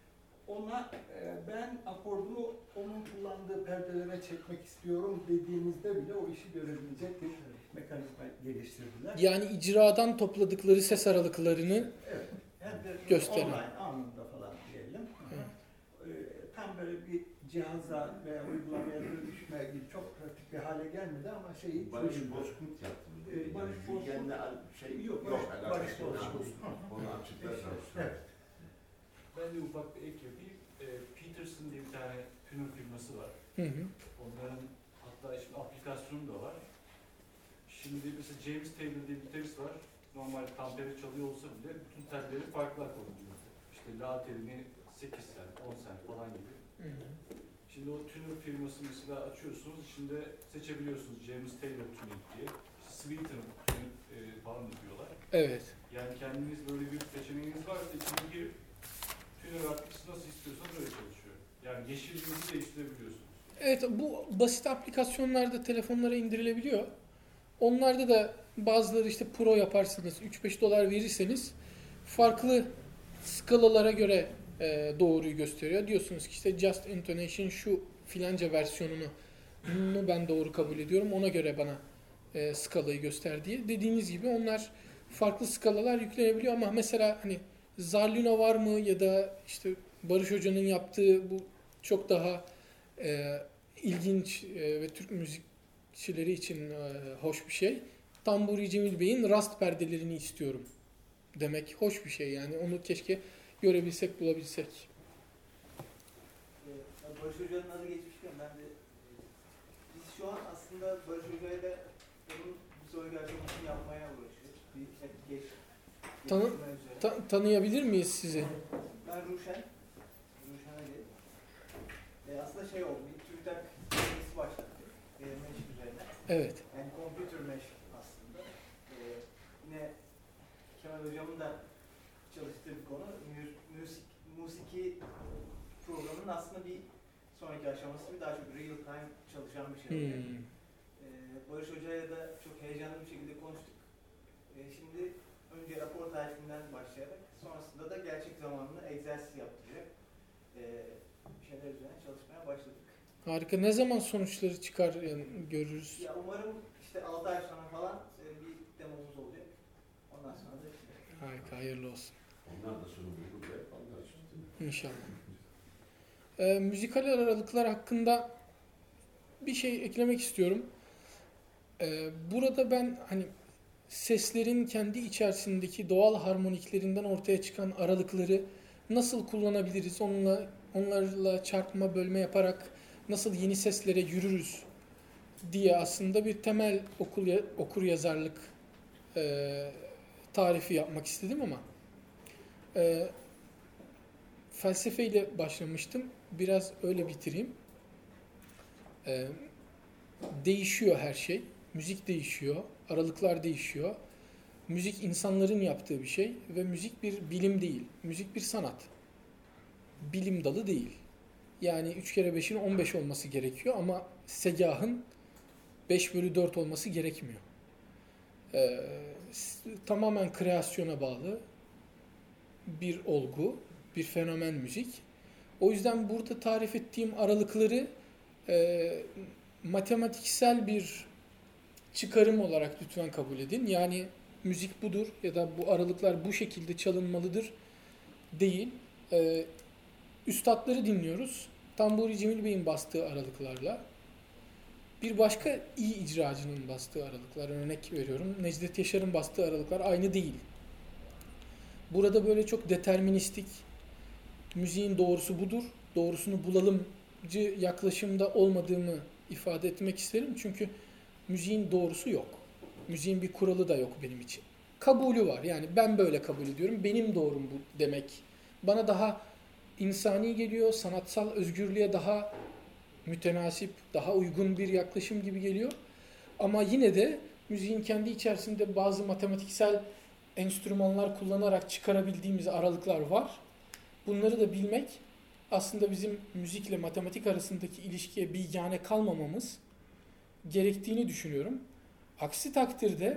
Ona e, ben akordu onun kullandığı perdelere çekmek istiyorum dediğinizde bile o işi görebilecek bir mekanizma geliştirdiler. Yani icradan topladıkları ses aralıklarını Evet. Hem de Gösteren. online anında falan diyelim. Ee, tam böyle bir cihaza veya uygulamaya dönüşme gibi çok pratik bir hale gelmedi ama şeyi Barış çözüldü. Bozkurt yaptı mı? Ee, Yani Barış Bozkurt- Gülgen'le al- şey Yok, yok, Barış- alakası Barış yok. Bozkurt. Onu açıklarsanız. Evet. Ben de ufak bir ek yapayım. E, Peterson diye bir tane tünür firması var. hı hı. Onların hatta şimdi aplikasyonu da var. Şimdi mesela James Taylor diye bir gitarist var. Normal tampere çalıyor olsa bile bütün telleri farklı akor oluyor. İşte la telini sekiz sent, on sent falan gibi. Hı hı. Şimdi o tünür firması mesela açıyorsunuz, içinde seçebiliyorsunuz James Taylor Tuning diye. Sweeter tuning e, falan yapıyorlar. Evet. Yani kendiniz böyle bir seçeneğiniz varsa içine girip tünür artısı nasıl istiyorsanız öyle çalışıyor. Yani yeşilliğinizi değiştirebiliyorsunuz. Evet, bu basit aplikasyonlarda telefonlara indirilebiliyor. Onlarda da bazıları işte pro yaparsınız, üç beş dolar verirseniz farklı skalalara göre e, doğruyu gösteriyor. Diyorsunuz ki işte Just Intonation şu filanca versiyonunu bunu ben doğru kabul ediyorum. Ona göre bana e, skalayı göster diye. Dediğiniz gibi onlar farklı skalalar yüklenebiliyor ama mesela hani Zarlino var mı ya da işte Barış Hoca'nın yaptığı bu çok daha e, ilginç e, ve Türk müzikçileri için e, hoş bir şey. Tamburi Cemil Bey'in rast perdelerini istiyorum demek hoş bir şey yani. Onu keşke görebilsek, bulabilsek. Ee, Barış Hoca'nın adı geçmişken ben de e, biz şu an aslında Barış Hoca'yla onun bir sonraki aşamasını yapmaya uğraşıyoruz. Bir hep geç. Tanı- geliştirme üzere. Ta- tanıyabilir miyiz sizi? Ben Ruşen. Ruşen Ali. E, aslında şey oldu. Bir TÜBİTAK serisi başladı. E, mesh üzerine. Evet. Yani computer mesh aslında. E, yine Kemal Hocam'ın da çalıştığı bir konu. Mü- Müzik, musiki programının aslında bir sonraki aşaması bir daha çok real time çalışan bir şey olacak. Hmm. Ee, Barış Hoca'ya da çok heyecanlı bir şekilde konuştuk. Ee, şimdi önce rapor tarifinden başlayarak sonrasında da gerçek zamanlı egzersiz yaptıracak ee, şeyler üzerine çalışmaya başladık. Harika. Ne zaman sonuçları çıkar yani görürüz? Ya umarım işte altı ay sonra falan e, bir demomuz olacak. Ondan sonra da işte. Harika. Hayırlı olsun. Onlar da sorumluluğu burada yapanlar işte. İnşallah. Ee, müzikal aralıklar hakkında bir şey eklemek istiyorum. Ee, burada ben hani seslerin kendi içerisindeki doğal harmoniklerinden ortaya çıkan aralıkları nasıl kullanabiliriz? Onunla onlarla çarpma, bölme yaparak nasıl yeni seslere yürürüz diye aslında bir temel okul okur yazarlık e, tarifi yapmak istedim ama e, felsefeyle başlamıştım. Biraz öyle bitireyim. E, değişiyor her şey. Müzik değişiyor. Aralıklar değişiyor. Müzik insanların yaptığı bir şey ve müzik bir bilim değil. Müzik bir sanat. Bilim dalı değil. Yani üç kere beşin on beş olması gerekiyor ama segahın beş bölü dört olması gerekmiyor. Ee, tamamen kreasyona bağlı bir olgu, bir fenomen müzik. O yüzden burada tarif ettiğim aralıkları e, matematiksel bir çıkarım olarak lütfen kabul edin. Yani müzik budur ya da bu aralıklar bu şekilde çalınmalıdır değil. Ee, üstadları dinliyoruz. Tamburi Cemil Bey'in bastığı aralıklarla. Bir başka iyi icracının bastığı aralıklar, örnek veriyorum. Necdet Yaşar'ın bastığı aralıklar aynı değil. burada böyle çok deterministik, müziğin doğrusu budur, doğrusunu bulalımcı yaklaşımda olmadığımı ifade etmek isterim. Çünkü müziğin doğrusu yok. Müziğin bir kuralı da yok benim için. Kabulü var. Yani ben böyle kabul ediyorum. Benim doğrum bu demek. Bana daha insani geliyor. Sanatsal özgürlüğe daha mütenasip, daha uygun bir yaklaşım gibi geliyor. Ama yine de müziğin kendi içerisinde bazı matematiksel enstrümanlar kullanarak çıkarabildiğimiz aralıklar var. Bunları da bilmek aslında bizim müzikle matematik arasındaki ilişkiye bigane kalmamamız gerektiğini düşünüyorum. Aksi takdirde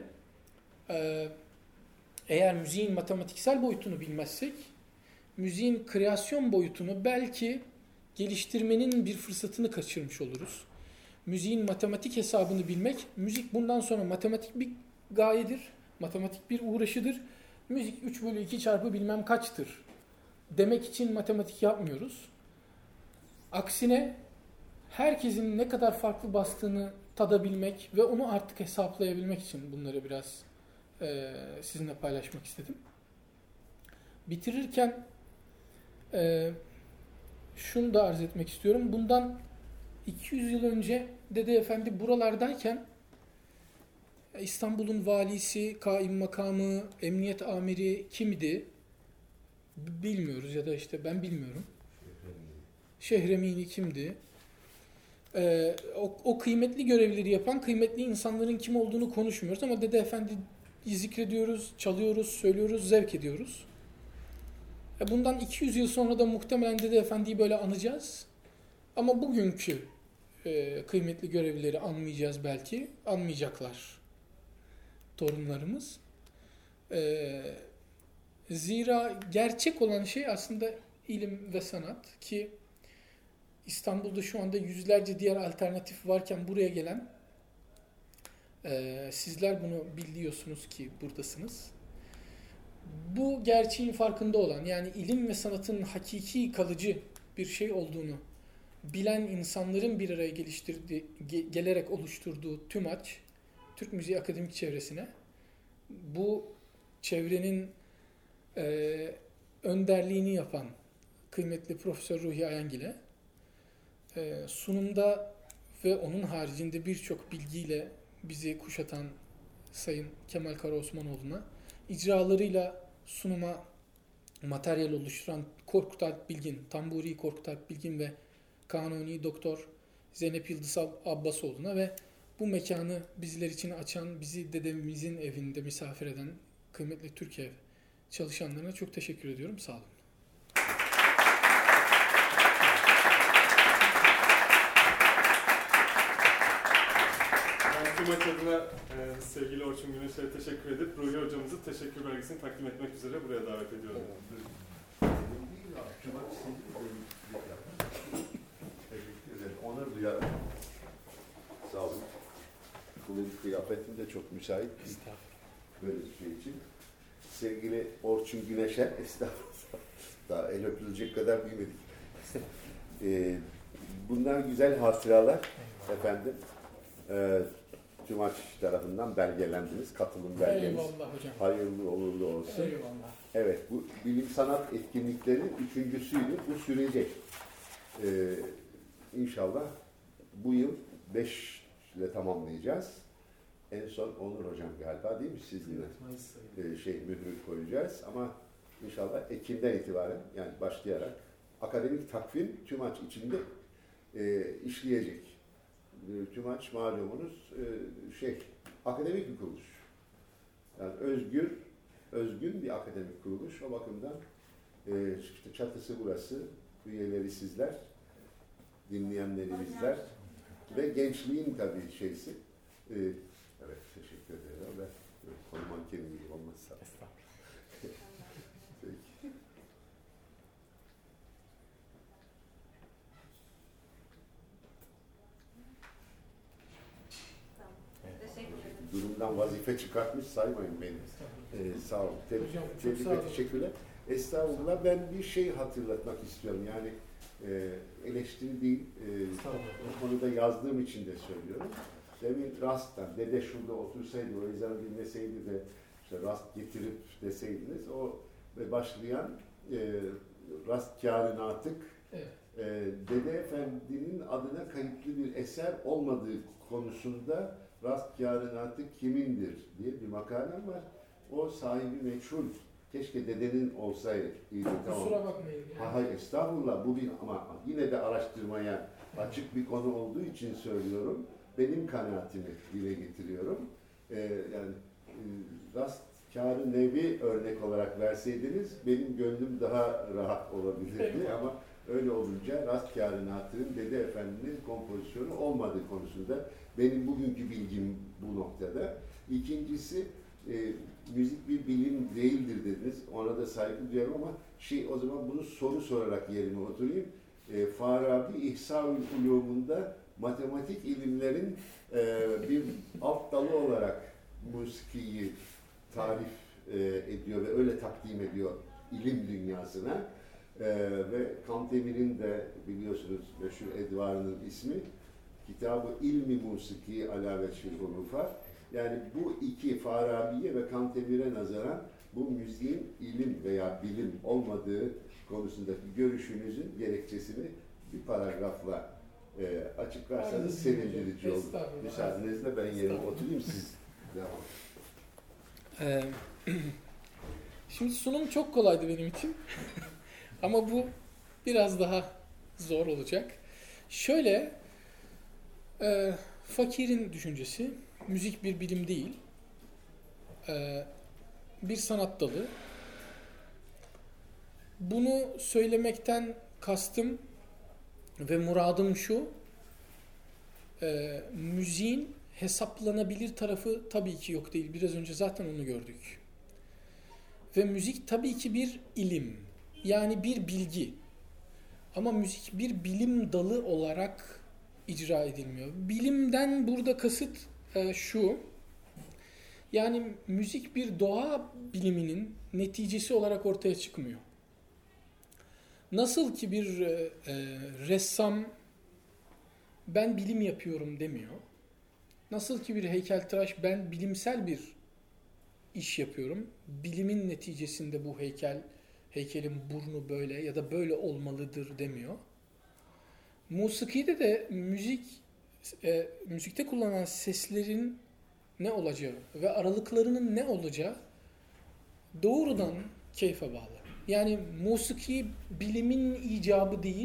eğer müziğin matematiksel boyutunu bilmezsek, müziğin kreasyon boyutunu belki geliştirmenin bir fırsatını kaçırmış oluruz. Müziğin matematik hesabını bilmek, müzik bundan sonra matematik bir gayedir, matematik bir uğraşıdır. Müzik üç bölü iki çarpı bilmem kaçtır demek için matematik yapmıyoruz. Aksine herkesin ne kadar farklı bastığını tadabilmek ve onu artık hesaplayabilmek için bunları biraz e, sizinle paylaşmak istedim. Bitirirken e, şunu da arz etmek istiyorum. Bundan iki yüz yıl önce Dede Efendi buralardayken İstanbul'un valisi, kaimakkamı, emniyet amiri kimdi? Bilmiyoruz ya da işte ben bilmiyorum. Şehremini kimdi? Ee, o, o kıymetli görevleri yapan kıymetli insanların kim olduğunu konuşmuyoruz ama Dede Efendi'yi zikrediyoruz, çalıyoruz, söylüyoruz, zevk ediyoruz. E bundan iki yüz yıl sonra da muhtemelen Dede Efendi'yi böyle anacağız. Ama bugünkü e, kıymetli görevlileri anmayacağız belki. Anmayacaklar torunlarımız. E, zira gerçek olan şey aslında ilim ve sanat ki İstanbul'da şu anda yüzlerce diğer alternatif varken buraya gelen e, sizler bunu biliyorsunuz ki buradasınız. Bu gerçeğin farkında olan, yani ilim ve sanatın hakiki kalıcı bir şey olduğunu bilen insanların bir araya geliştirdiği, ge- gelerek oluşturduğu TÜMAÇ, Türk Müziği Akademik Çevresine, bu çevrenin e, önderliğini yapan kıymetli Profesör Ruhi Ayangil'e, e, sunumda ve onun haricinde birçok bilgiyle bizi kuşatan Sayın Kemal Karaosmanoğlu'na, icralarıyla sunuma materyal oluşturan Korkut Alp Bilgin, Tamburi Korkut Alp Bilgin ve Kanuni Doktor Zeynep Yıldız Abbasoğlu'na ve bu mekanı bizler için açan, bizi dedemizin evinde misafir eden kıymetli Türkiye çalışanlarına çok teşekkür ediyorum. Sağ olun. Bu maç adına e, sevgili Orçun Güneş'e teşekkür edip Ruhi hocamızı teşekkür belgesini takdim etmek üzere buraya davet ediyorum. Teşekkür ederim. Onur duyarım. Sağ olun. Bunun kıyafetim de çok müsait. Böyle bir şey için. Sevgili Orçun Güneş'e estağfurullah. Daha el öpülecek kadar büyümedik. e, bunlar güzel hatıralar efendim. E, TÜMAÇ tarafından belgelendiniz. Katılım belgeniz. Eyvallah hocam. Hayırlı uğurlu olsun. Eyvallah. Evet, bu bilim sanat etkinliklerinin üçüncüsüydü. Bu sürecek. Ee, İnşallah bu yıl beş ile tamamlayacağız. En son Onur hocam galiba değil mi? Siz yine e, şey mührü koyacağız ama inşallah Ekim'den itibaren yani başlayarak akademik takvim TÜMAÇ içinde e, işleyecek. TÜMAÇ malumunuz e, şey akademik bir kuruluş. Yani özgür, özgün bir akademik kuruluş. O bakımdan e, işte çatısı burası, üyeleri sizler, dinleyenleri bizler ve gençliğin tabii şeysi. E, evet, teşekkür ederim. Ve konu mankeni gibi olmazsa. Peki. Durumdan vazife çıkartmış saymayın beni. Ee, sağ olun. Tebrik, Hocam, tebrik ve teşekkürler. Estağfurullah. Ben bir şey hatırlatmak istiyorum. Yani e, eleştiri değil, e, bu konuda yazdığım için de söylüyorum. Demin Rast'tan, dede şurada otursaydı, o ezanı dinleseydi de işte Rast getirip deseydiniz, o ve başlayan e, Rastkâr-ı Natık, Evet. e, Dede Efendi'nin adına kayıtlı bir eser olmadığı konusunda Rastkâr-ı Natık kimindir diye bir makalem var. O sahibi meçhul. Keşke dedenin olsaydı. Tamam. Kusura bakmayın. Yani. Ha, hayır, estağfurullah. Bu bir ama yine de araştırmaya açık bir konu olduğu için söylüyorum. Benim kanaatimi dile getiriyorum. Ee, yani e, Rastkâr-ı Nevi örnek olarak verseydiniz benim gönlüm daha rahat olabilirdi. Evet. Ama öyle olunca Rastkâr-ı Natık'ın Dede Efendi'nin kompozisyonu olmadığı konusunda benim bugünkü bilgim bu noktada. İkincisi, e, müzik bir bilim değildir dediniz. Ona da saygı duyarım ama şey, o zaman bunu soru sorarak yerine oturayım. E, Farabi İhsan-ül Ulûm'unda matematik ilimlerin e, bir alt dalı olarak musikiyi tarif e, ediyor ve öyle takdim ediyor ilim dünyasına. E, ve Kantemir'in de biliyorsunuz meşhur edvarının ismi Kitab-ı İlmi Musiki Alâ Veçhil Hurufâ. Yani bu iki Farabi'ye ve Kantemir'e nazaran bu müziğin ilim veya bilim olmadığı konusundaki görüşünüzün gerekçesini bir paragrafla e, açıklarsanız sevindirici olur. Müsaadenizle ben yerime oturayım, siz devam. Ee, şimdi sunum çok kolaydı benim için. Ama bu biraz daha zor olacak. Şöyle, e, Fakir'in düşüncesi, müzik bir bilim değil, e, bir sanat dalı. Bunu söylemekten kastım ve muradım şu, e, müziğin hesaplanabilir tarafı tabii ki yok değil. Biraz önce zaten onu gördük. Ve müzik tabii ki bir ilim, yani bir bilgi. Ama müzik bir bilim dalı olarak icra edilmiyor. Bilimden burada kasıt e, şu, yani müzik bir doğa biliminin neticesi olarak ortaya çıkmıyor. Nasıl ki bir e, e, ressam ben bilim yapıyorum demiyor. Nasıl ki bir heykeltıraş ben bilimsel bir iş yapıyorum. Bilimin neticesinde bu heykel, heykelin burnu böyle ya da böyle olmalıdır demiyor. Musikide de müzik, e, müzikte kullanılan seslerin ne olacağı ve aralıklarının ne olacağı doğrudan keyfe bağlı. Yani musiki bilimin icabı değil,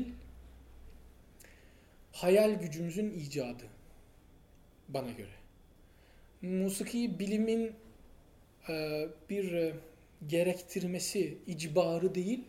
hayal gücümüzün icadı bana göre. Musiki bilimin e, bir e, gerektirmesi, icbarı değil,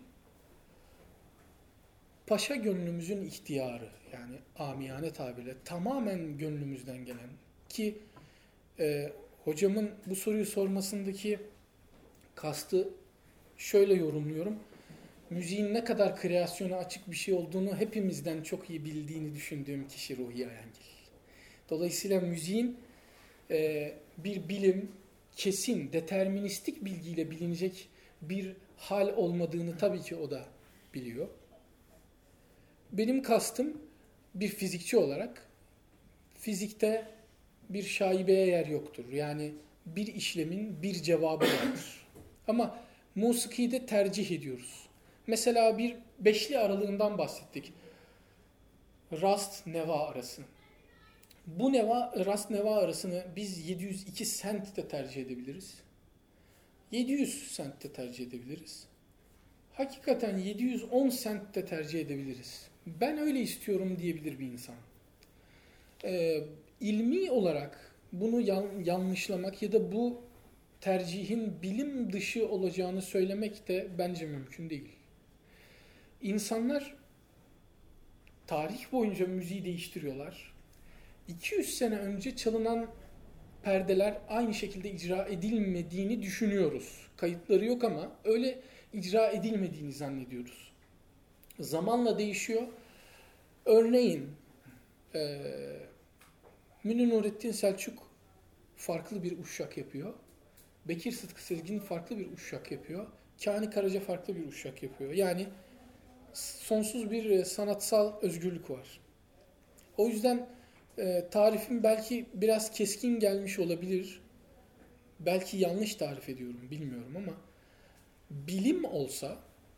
paşa gönlümüzün ihtiyarı, yani amiyane tabirle tamamen gönlümüzden gelen ki e, hocamın bu soruyu sormasındaki kastı şöyle yorumluyorum. Müziğin ne kadar kreasyona açık bir şey olduğunu hepimizden çok iyi bildiğini düşündüğüm kişi Ruhi Ayangil. Dolayısıyla müziğin e, bir bilim, kesin, deterministik bilgiyle bilinecek bir hal olmadığını tabii ki o da biliyor. Benim kastım bir fizikçi olarak fizikte bir şaibeye yer yoktur. Yani bir işlemin bir cevabı vardır. Ama musikide tercih ediyoruz. Mesela bir beşli aralığından bahsettik. Rast neva arası. Bu neva, rast neva arasını biz yedi yüz iki sentte tercih edebiliriz. yedi yüz sentte tercih edebiliriz. Hakikaten yedi yüz on sentte tercih edebiliriz. Ben öyle istiyorum diyebilir bir insan. Ee, ilmi olarak bunu yan, yanlışlamak ya da bu tercihin bilim dışı olacağını söylemek de bence mümkün değil. İnsanlar tarih boyunca müziği değiştiriyorlar. iki yüz sene önce çalınan perdeler aynı şekilde icra edilmediğini düşünüyoruz. Kayıtları yok ama öyle icra edilmediğini zannediyoruz. Zamanla değişiyor. Örneğin e, Münir Nurettin Selçuk farklı bir uşak yapıyor. Bekir Sıtkı Sezgin farklı bir uşak yapıyor. Kani Karaca farklı bir uşak yapıyor. Yani sonsuz bir sanatsal özgürlük var. O yüzden e, tarifim belki biraz keskin gelmiş olabilir. Belki yanlış tarif ediyorum, bilmiyorum ama bilim olsa,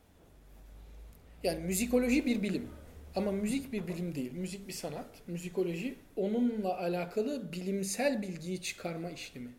yani müzikoloji bir bilim ama müzik bir bilim değil. Müzik bir sanat. Müzikoloji onunla alakalı bilimsel bilgiyi çıkarma işlemi.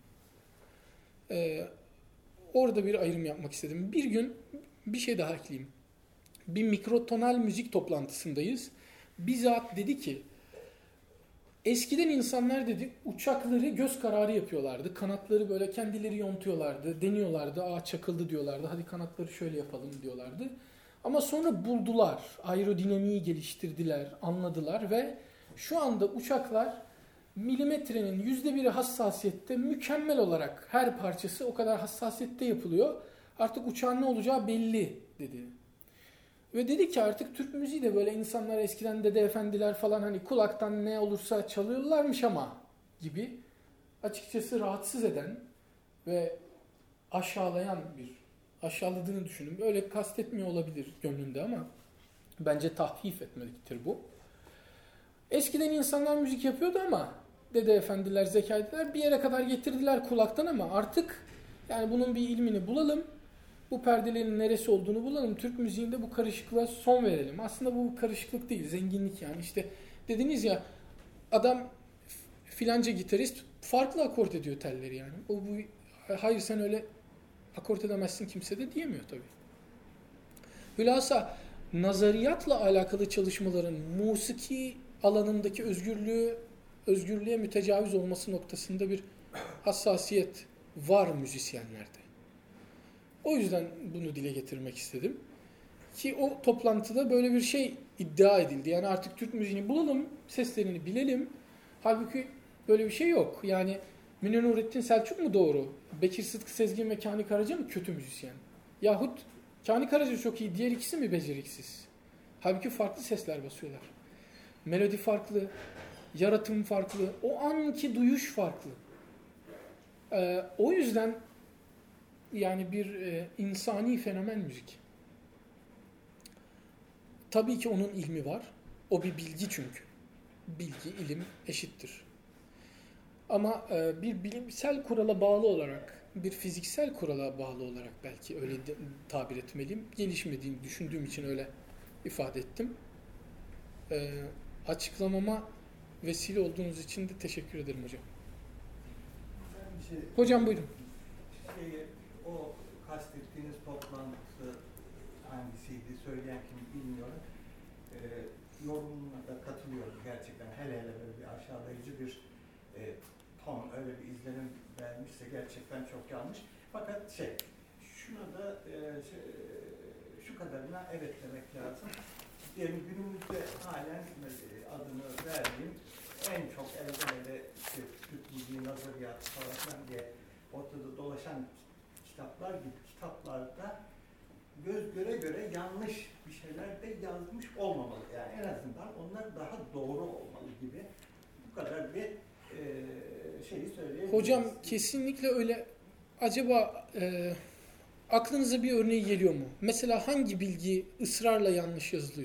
Ee, orada bir ayrım yapmak istedim. Bir gün bir şey daha ekleyeyim. Bir mikrotonal müzik toplantısındayız. Bizzat dedi ki, eskiden insanlar dedi uçakları göz kararı yapıyorlardı. Kanatları böyle kendileri yontuyorlardı, deniyorlardı. Aa çakıldı diyorlardı. Hadi kanatları şöyle yapalım diyorlardı. Ama sonra buldular. Aerodinamiği geliştirdiler, anladılar ve şu anda uçaklar milimetrenin yüzde biri hassasiyette mükemmel olarak her parçası o kadar hassasiyette yapılıyor. Artık uçağın ne olacağı belli dedi. Ve dedi ki artık Türk müziği de böyle insanlar eskiden dede efendiler falan hani kulaktan ne olursa çalıyorlarmış ama gibi açıkçası rahatsız eden ve aşağılayan bir aşağıladığını düşünün. Öyle kastetmiyor olabilir gönlünde ama bence tahfif etmektir bu. Eskiden insanlar müzik yapıyordu ama dede efendiler, zekaydiler bir yere kadar getirdiler kulaktan ama artık yani bunun bir ilmini bulalım. Bu perdelerin neresi olduğunu bulalım. Türk müziğinde bu karışıklığa son verelim. Aslında bu karışıklık değil, zenginlik yani. İşte dediniz ya adam filanca gitarist farklı akort ediyor telleri yani. O bu hayır sen öyle akort edemezsin kimse de diyemiyor tabii. Hülasa nazariyatla alakalı çalışmaların musiki alanındaki özgürlüğü özgürlüğe mütecaviz olması noktasında bir hassasiyet var müzisyenlerde. O yüzden bunu dile getirmek istedim. Ki o toplantıda böyle bir şey iddia edildi. Yani artık Türk müziğini bulalım, seslerini bilelim. Halbuki böyle bir şey yok. Yani Münir Nurettin Selçuk mu doğru? Bekir Sıtkı Sezgin ve Kani Karaca mı kötü müzisyen? Yahut Kani Karaca çok iyi, diğer ikisi mi beceriksiz? Halbuki farklı sesler basıyorlar. Melodi farklı, yaratım farklı, o anki duyuş farklı. Ee, o yüzden yani bir e, insani fenomen müzik. Tabii ki onun ilmi var. O bir bilgi çünkü. Bilgi, ilim eşittir. Ama e, bir bilimsel kurala bağlı olarak, bir fiziksel kurala bağlı olarak belki öyle de, tabir etmeliyim. Gelişmediğini düşündüğüm için öyle ifade ettim. E, açıklamama vesile olduğunuz için de teşekkür ederim hocam. Şey, hocam buyurun. Şey, o kastettiğiniz toplantı hangisiydi, söyleyen kim bilmiyorum. E, yorumuna da katılıyorum gerçekten. Hele hele böyle bir aşağılayıcı bir e, ton, öyle bir izlenim vermişse gerçekten çok yanlış. Fakat şey, şuna da e, şey, şu kadarına evet demek lazım. Yani günümüzde halen adını verdiğim en çok elden ele işte, Türk müziği, nazariyat falan diye ortada dolaşan kitaplar gibi kitaplarda göz göre göre yanlış bir şeyler de yazmış olmamalı. Yani en azından onlar daha doğru olmalı gibi bu kadar bir e, şeyi söyleyebiliriz. Hocam kesinlikle öyle. Acaba e, aklınıza bir örneği geliyor mu? Mesela hangi bilgi ısrarla yanlış yazılıyor?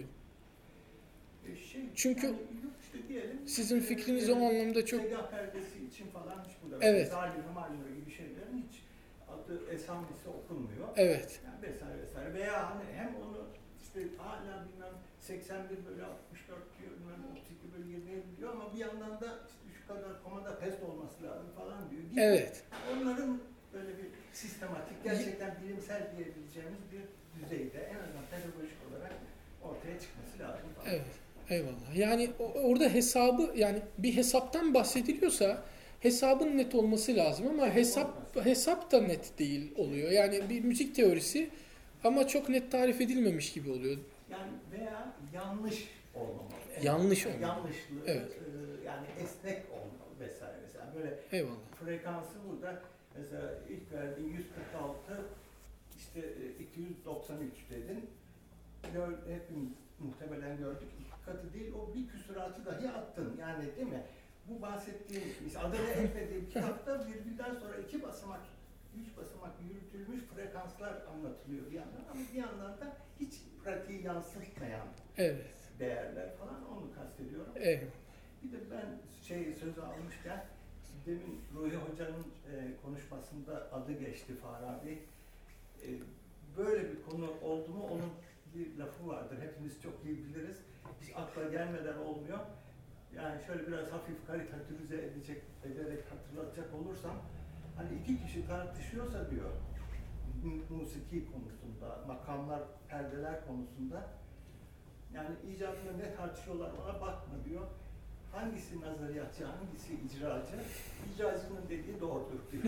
E, şey, Çünkü yani, işte diyelim, sizin fikriniz e, o anlamda çok... Segah perdesi için falan hiç burada. Evet. Zalim-i Malino gibi şeylerin hiç adı esamesi okunmuyor. Evet. Yani vesaire vesaire. Veya hani hem onu işte hala bilmem seksen bir bölü altmış dört diyor, bilmem otuz iki bölü yirmi yedi diyor ama bir yandan da işte şu kadar komada pest olması lazım falan diyor. Gibi. Evet. Onların böyle bir sistematik, gerçekten bilimsel diyebileceğimiz bir düzeyde en azından pedagojik olarak ortaya çıkması lazım falan. Evet. Eyvallah. Yani orada hesabı, yani bir hesaptan bahsediliyorsa hesabın net olması lazım ama hesap hesap da net değil oluyor. Yani bir müzik teorisi ama çok net tarif edilmemiş gibi oluyor. Yani veya yanlış olmamalı. Evet. Yanlış olmalı. Yanlışlığı, evet. e, yani esnek olmalı vesaire vesaire. Böyle Eyvallah. frekansı burada mesela ilk verdiğin yüz kırk altı işte iki yüz doksan üç dedin. Gör, hepimiz muhtemelen gördük. İki katı değil, o bir küsuratı dahi attın. Yani değil mi? Bu bahsettiğim, adını etmediğim kitapta virgülden sonra iki basamak, üç basamak yürütülmüş frekanslar anlatılıyor bir yandan. Ama bir yandan da hiç pratiği yansıtmayan evet. değerler falan, onu kastediyorum. Evet. Bir de ben şey sözü almışken, demin Ruhi Hoca'nın e, konuşmasında adı geçti Farabi. E, böyle bir konu oldu mu onun bir lafı vardır. Hepimiz çok iyi biliriz. Hiç akla gelmeden olmuyor. Yani şöyle biraz hafif karikatürize edecek, ederek hatırlatacak olursam, hani iki kişi tartışıyorsa diyor, musiki konusunda, makamlar, perdeler konusunda, yani icabında ne tartışıyorlar ona bakma diyor. Hangisi nazariyatçı, hangisi icracı? İcracının dediği doğrudur diyor.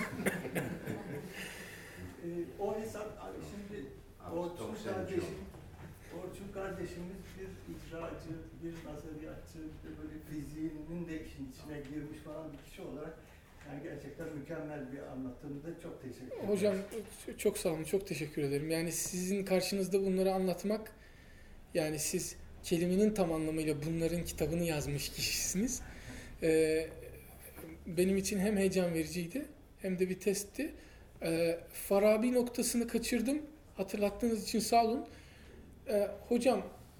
e, o hesap, şimdi Orçun kardeşim, Orçun kardeşimiz bir icracı, bir nazariyatçı, bir de böyle fiziğinin de işin içine girmiş falan bir kişi olarak yani gerçekten mükemmel bir anlatımda. Çok teşekkür ederim. Hocam çok sağ olun, çok teşekkür ederim. Yani sizin karşınızda bunları anlatmak, yani siz kelimenin tam anlamıyla bunların kitabını yazmış kişisiniz. Ee, benim için hem heyecan vericiydi hem de bir testti. Ee, Farabi noktasını kaçırdım. Hatırlattığınız için sağ olun. Ee, hocam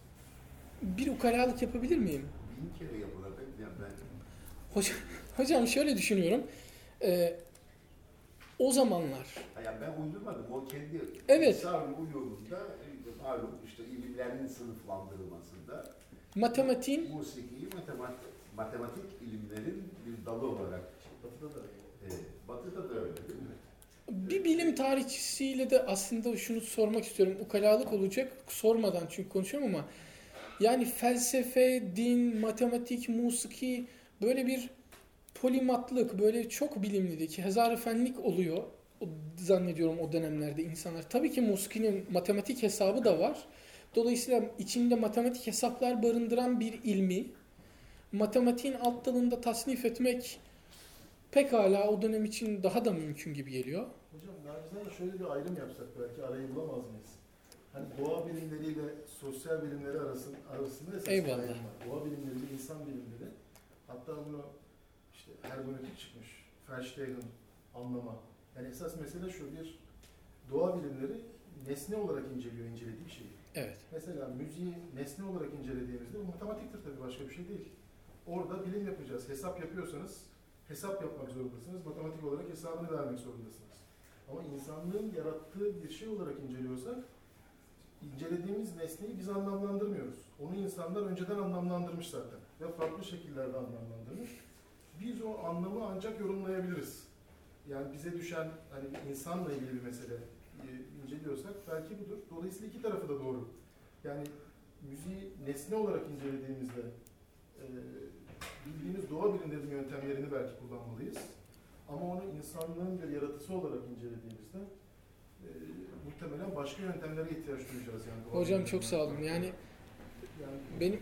bir ukalalık yapabilir miyim? Bin kere yapılabilir. Yani ben... Hocam, hocam şöyle düşünüyorum. Ee, o zamanlar. Yani ben uydurmadım. O kendi evet. ısrarlı uyumunda malum işte ilimlerin sınıflandırılmasında matematiğin musikiyi matematik, matematik ilimlerin bir dalı olarak Batı'da da öyle. E, Batı'da da öyle değil mi? Bir bilim tarihçisiyle de aslında şunu sormak istiyorum. Ukalalık olacak. Sormadan çünkü konuşuyorum ama yani felsefe, din, matematik, musiki böyle bir polimatlık, böyle çok bilimlilik, hezarifenlik oluyor. O, zannediyorum o dönemlerde insanlar. Tabii ki musikinin matematik hesabı da var. Dolayısıyla içinde matematik hesaplar barındıran bir ilmi matematiğin alt dalında tasnif etmek pekala o dönem için daha da mümkün gibi geliyor. Hocam naçizane şöyle bir ayrım yapsak belki arayı bulamaz mıyız? Hani doğa bilimleriyle sosyal bilimleri arasında, arasında esas Eyvallah. bir ayrım var. Doğa bilimleriyle insan bilimleri. Hatta bunu işte hermenötik çıkmış. Verstehen, anlama. Yani esas mesele şu, bir doğa bilimleri nesne olarak inceliyor incelediği şeyi. Evet. Mesela müziği nesne olarak incelediğimizde bu matematiktir tabii, başka bir şey değil. Orada bilim yapacağız. Hesap yapıyorsanız hesap yapmak zorundasınız. Matematik olarak hesabını vermek zorundasınız. Ama insanlığın yarattığı bir şey olarak inceliyorsak incelediğimiz nesneyi biz anlamlandırmıyoruz. Onu insanlar önceden anlamlandırmış zaten. Ve farklı şekillerde anlamlandırmış. Biz o anlamı ancak yorumlayabiliriz. Yani bize düşen hani bir insanla ilgili bir mesele e, inceliyorsak belki budur. Dolayısıyla iki tarafı da doğru. Yani müziği nesne olarak incelediğimizde e, bildiğimiz doğa bilimlerinin yöntemlerini belki kullanmalıyız. Ama onu insanlığın bir yaratıcısı olarak incelediğimizde e, muhtemelen başka yöntemlere ihtiyaç duyacağız. Yani hocam çok sağ olun. Yani, yani benim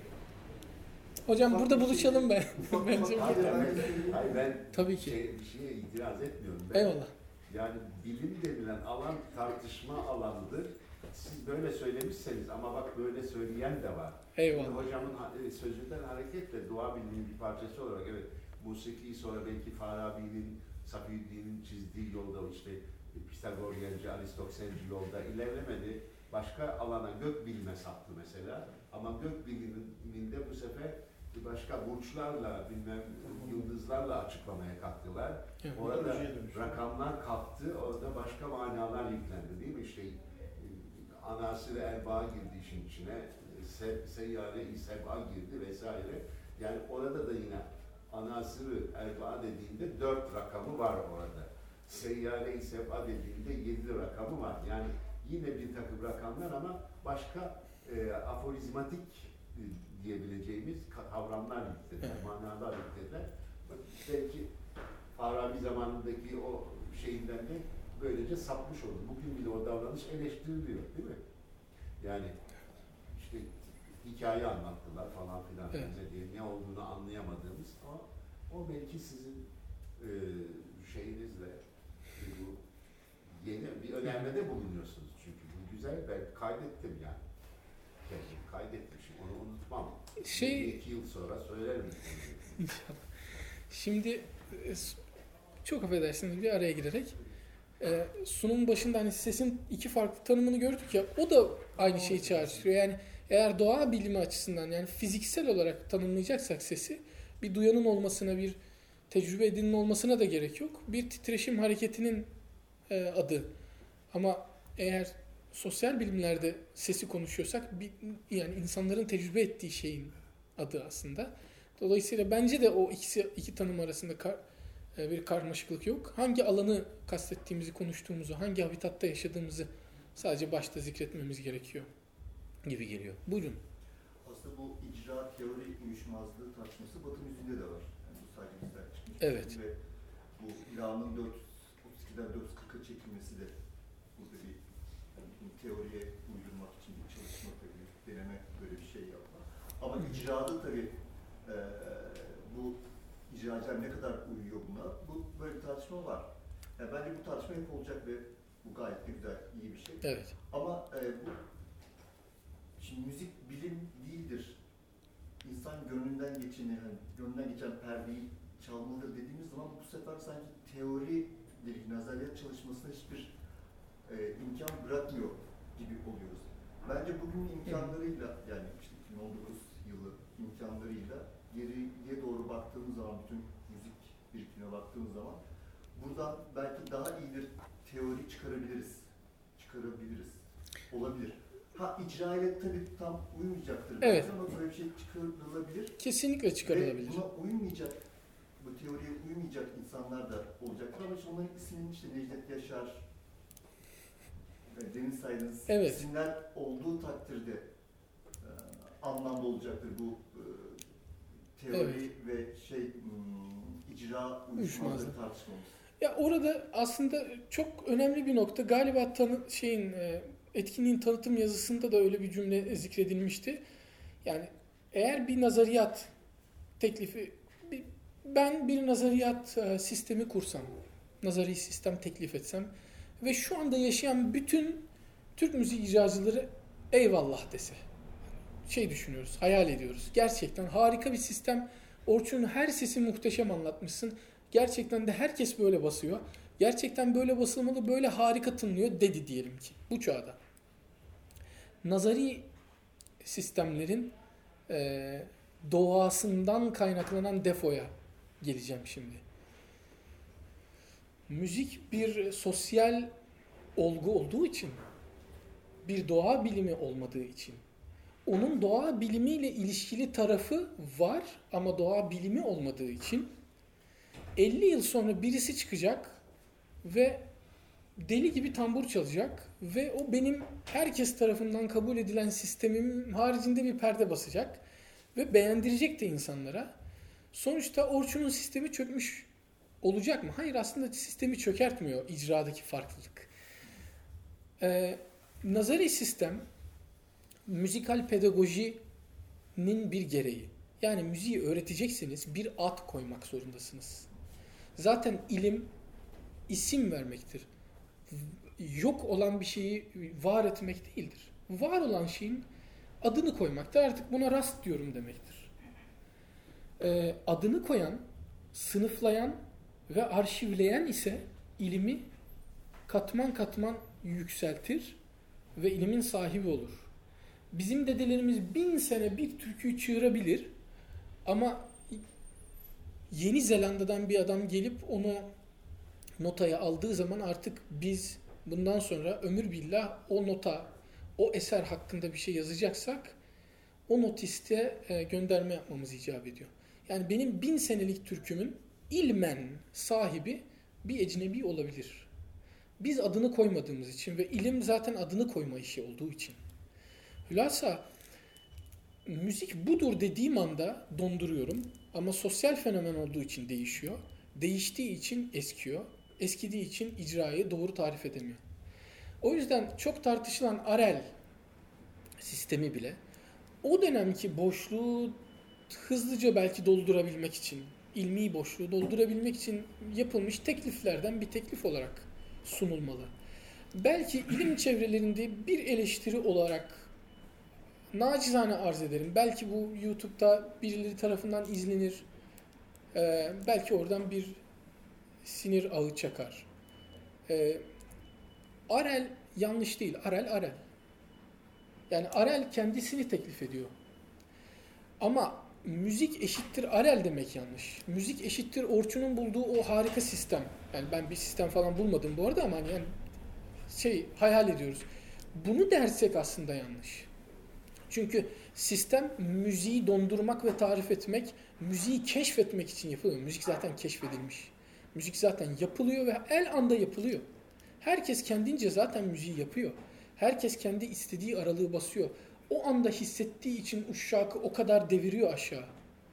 hocam burada buluşalım ben. Bence hayır, hayır, ben tabii ki. Şey, bir şeye itiraz etmiyorum. Ben, eyvallah. Yani bilim denilen alan tartışma alanıdır. Siz böyle söylemişseniz ama bak böyle söyleyen de var. Eyvallah. Şimdi hocamın sözünden hareketle doğa biliminin bir parçası olarak evet musiki sonra belki Farabi'nin, Safiyüddin'in çizdiği yolda işte Pitagoryenci, Aristoksenci yolda ilerlemedi. Başka alana gök bilime saptı mesela. Ama gök biliminde bu sefer başka burçlarla, bilmem yıldızlarla açıklamaya kalktılar. Evet. Orada rakamlar kalktı, orada başka manalar yüklendi değil mi? İşte anasır erbaa girdi işin içine, se, seyyare-i seb'a girdi vesaire. Yani orada da yine anasır erbaa dediğinde dört rakamı var orada. Seyyare-i seb'a dediğinde yedi rakamı var. Yani yine bir takım rakamlar ama başka e, aforizmatik e, diyebileceğimiz kavramlar yüklediler, evet. Manalar yüklediler. Belki Farabi zamanındaki o şeyinden de böylece sapmış oldu. Bugün bile o davranış eleştiriliyor değil mi? Yani işte hikaye anlattılar falan filan, evet. Ne diye, ne olduğunu anlayamadığımız ama o belki sizin e, şeyinizle e, bu yeni bir önermede bulunuyorsunuz çünkü bu güzel, ben kaydettim yani. Kendim kaydetmişim, onu unutmam. Şey, iki yıl sonra söylerim. İnşallah. Şimdi çok affedersiniz bir araya girerek e, sunum başında hani sesin iki farklı tanımını gördük ya, o da aynı şeyi çağrıştırıyor. Yani eğer doğa bilimi açısından yani fiziksel olarak tanımlayacaksak sesi, bir duyanın olmasına, bir tecrübe edinin olmasına da gerek yok. Bir titreşim hareketinin e, adı. Ama eğer sosyal bilimlerde sesi konuşuyorsak bir, yani insanların tecrübe ettiği şeyin adı aslında. Dolayısıyla bence de o ikisi iki tanım arasında kar, bir karmaşıklık yok. Hangi alanı kastettiğimizi, konuştuğumuzu, hangi habitatta yaşadığımızı sadece başta zikretmemiz gerekiyor gibi geliyor. Buyurun. Aslında bu icra teori uyuşmazlığı tartışması Batı müziğinde de var. Yani bu sadece bizden çıkmış. Evet. Ve bu La'nın dört yüz otuz ikiden dört yüz kırka çekilmesi de burada bir yani teoriye uydurmak için bir çalışma tabii, deneme böyle bir şey yapma. Ama icrada tabii e, bu icracılar ne kadar uyuyor buna, bu böyle bir tartışma var. Yani bence bu tartışma hep olacak ve bu gayet de güzel, iyi bir şey. Evet. Ama e, bu şimdi müzik bilim değildir. İnsan gönlünden geçeni, hani gönlünden geçen perdeyi çalmalıdır dediğimiz zaman bu sefer sanki teori bir nazariyat çalışmasına hiçbir e, imkan bırakmıyor gibi oluyoruz. Bence bugün imkanlarıyla, yani işte iki bin on dokuz yılı imkanlarıyla geriye doğru baktığımız zaman, bütün müzik birikimine baktığımız zaman buradan belki daha iyi bir teori çıkarabiliriz. Çıkarabiliriz. Olabilir. Ha icra ile tabii tam uymayacaktır. Evet. Ama böyle bir şey çıkarılabilir. Kesinlikle çıkarılabilir. Ve buna uymayacak, bu teoriye uymayacak insanlar da olacaktır. Ama işte onların isminin işte Necdet Yaşar, Deniz Aydın evet. isimler olduğu takdirde e, anlamlı olacaktır bu e, teori evet. ve şey m, icra uyuşmazlığı tartışmamız. Ya orada aslında çok önemli bir nokta. Galiba tanı, şeyin etkinliğin tanıtım yazısında da öyle bir cümle zikredilmişti. Yani eğer bir nazariyat teklifi, ben bir nazariyat sistemi kursam, nazari sistem teklif etsem ve şu anda yaşayan bütün Türk müziği icracıları eyvallah dese. Şey düşünüyoruz, hayal ediyoruz. Gerçekten harika bir sistem. Orçun'un her sesi muhteşem anlatmışsın. Gerçekten de herkes böyle basıyor. Gerçekten böyle basılmalı, böyle harika tınlıyor dedi diyelim ki bu çağda. Nazari sistemlerin e, doğasından kaynaklanan defoya geleceğim şimdi. Müzik bir sosyal olgu olduğu için, bir doğa bilimi olmadığı için, onun doğa bilimiyle ilişkili tarafı var ama doğa bilimi olmadığı için elli yıl sonra birisi çıkacak ve deli gibi tambur çalacak ve o benim herkes tarafından kabul edilen sistemim haricinde bir perde basacak ve beğendirecek de insanlara. Sonuçta Orçun'un sistemi çökmüş olacak mı? Hayır, aslında sistemi çökertmiyor icradaki farklılık. Ee, nazari sistem müzikal pedagojinin bir gereği. Yani müziği öğreteceksiniz, bir ad koymak zorundasınız. Zaten ilim isim vermektir. Yok olan bir şeyi var etmek değildir. Var olan şeyin adını koymaktır. Artık buna rast diyorum demektir. Ee, adını koyan, sınıflayan ve arşivleyen ise ilimi katman katman yükseltir ve ilimin sahibi olur. Bizim dedelerimiz bin sene bir türküyü çığırabilir ama Yeni Zelanda'dan bir adam gelip onu notaya aldığı zaman artık biz bundan sonra ömür billah o nota, o eser hakkında bir şey yazacaksak o notiste gönderme yapmamız icap ediyor. Yani benim bin senelik türkümün ilmen sahibi bir ecnebi olabilir. Biz adını koymadığımız için ve ilim zaten adını koyma işi olduğu için. Hülasa müzik budur dediğim anda donduruyorum ama sosyal fenomen olduğu için değişiyor. Değiştiği için eskiyor. Eskidiği için icrayı doğru tarif edemiyor. O yüzden çok tartışılan Arel sistemi bile o dönemki boşluğu hızlıca belki doldurabilmek için, ilmi boşluğu doldurabilmek için yapılmış tekliflerden bir teklif olarak sunulmalı. Belki ilim çevrelerinde bir eleştiri olarak nacizane arz ederim. Belki bu YouTube'da birileri tarafından izlenir. Ee, belki oradan bir sinir ağı çakar. Ee, Arel yanlış değil. Arel, Arel. Yani Arel kendisini teklif ediyor. Ama müzik eşittir Arel demek yanlış. Müzik eşittir Orçun'un bulduğu o harika sistem. Yani ben bir sistem falan bulmadım bu arada ama yani şey hayal ediyoruz. Bunu dersek aslında yanlış. Çünkü sistem müziği dondurmak ve tarif etmek, müziği keşfetmek için yapılıyor. Müzik zaten keşfedilmiş. Müzik zaten yapılıyor ve el anda yapılıyor. Herkes kendince zaten müziği yapıyor. Herkes kendi istediği aralığı basıyor. O anda hissettiği için uşağı o kadar deviriyor aşağı.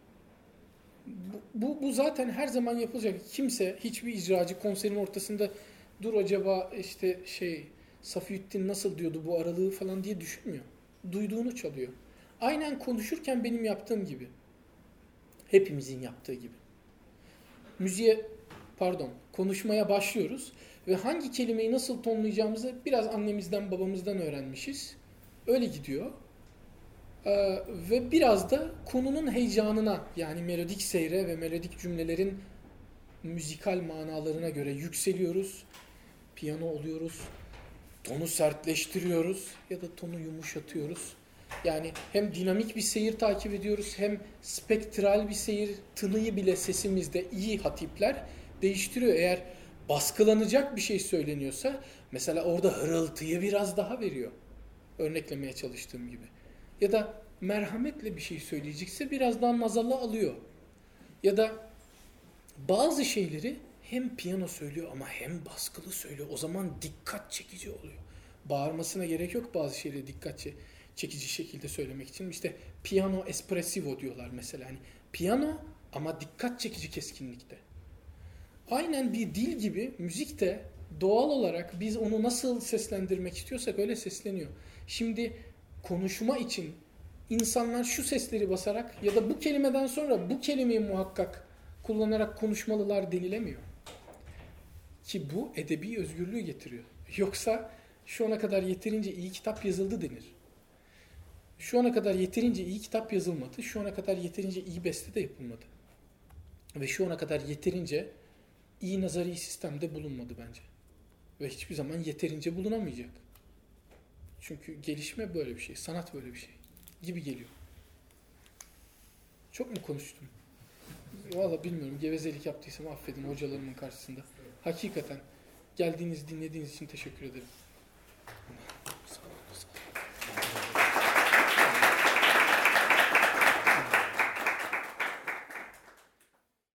Bu, bu, bu zaten her zaman yapılacak. Kimse, hiçbir icracı konserin ortasında dur acaba işte şey Safiyüddin nasıl diyordu bu aralığı falan diye düşünmüyor. Duyduğunu çalıyor. Aynen konuşurken benim yaptığım gibi. Hepimizin yaptığı gibi. Müziğe, pardon, konuşmaya başlıyoruz ve hangi kelimeyi nasıl tonlayacağımızı biraz annemizden, babamızdan öğrenmişiz. Öyle gidiyor. Ee, ve biraz da konunun heyecanına, yani melodik seyre ve melodik cümlelerin müzikal manalarına göre yükseliyoruz. Piyano oluyoruz. Tonu sertleştiriyoruz ya da tonu yumuşatıyoruz. Yani hem dinamik bir seyir takip ediyoruz, hem spektral bir seyir, tınıyı bile sesimizde iyi hatipler değiştiriyor. Eğer baskılanacak bir şey söyleniyorsa mesela orada hırıltıyı biraz daha veriyor. Örneklemeye çalıştığım gibi. Ya da merhametle bir şey söyleyecekse biraz daha nazala alıyor. Ya da bazı şeyleri hem piyano söylüyor ama hem baskılı söylüyor. O zaman dikkat çekici oluyor. Bağırmasına gerek yok bazı şeyleri dikkat çekici şekilde söylemek için. İşte piyano espressivo diyorlar mesela. Hani piyano ama dikkat çekici keskinlikte. Aynen bir dil gibi müzik de doğal olarak biz onu nasıl seslendirmek istiyorsak öyle sesleniyor. Şimdi konuşma için insanlar şu sesleri basarak ya da bu kelimeden sonra bu kelimeyi muhakkak kullanarak konuşmalılar denilemiyor. Ki bu edebi özgürlüğü getiriyor. Yoksa şu ana kadar yeterince iyi kitap yazıldı denir. Şu ana kadar yeterince iyi kitap yazılmadı. Şu ana kadar yeterince iyi beste de yapılmadı. Ve şu ana kadar yeterince iyi nazari sistemde bulunmadı bence. Ve hiçbir zaman yeterince bulunamayacak. Çünkü gelişme böyle bir şey, sanat böyle bir şey gibi geliyor. Çok mu konuştum? Vallahi bilmiyorum. Gevezelik yaptıysam affedin hocalarımın karşısında. Hakikaten geldiğiniz, dinlediğiniz için teşekkür ederim.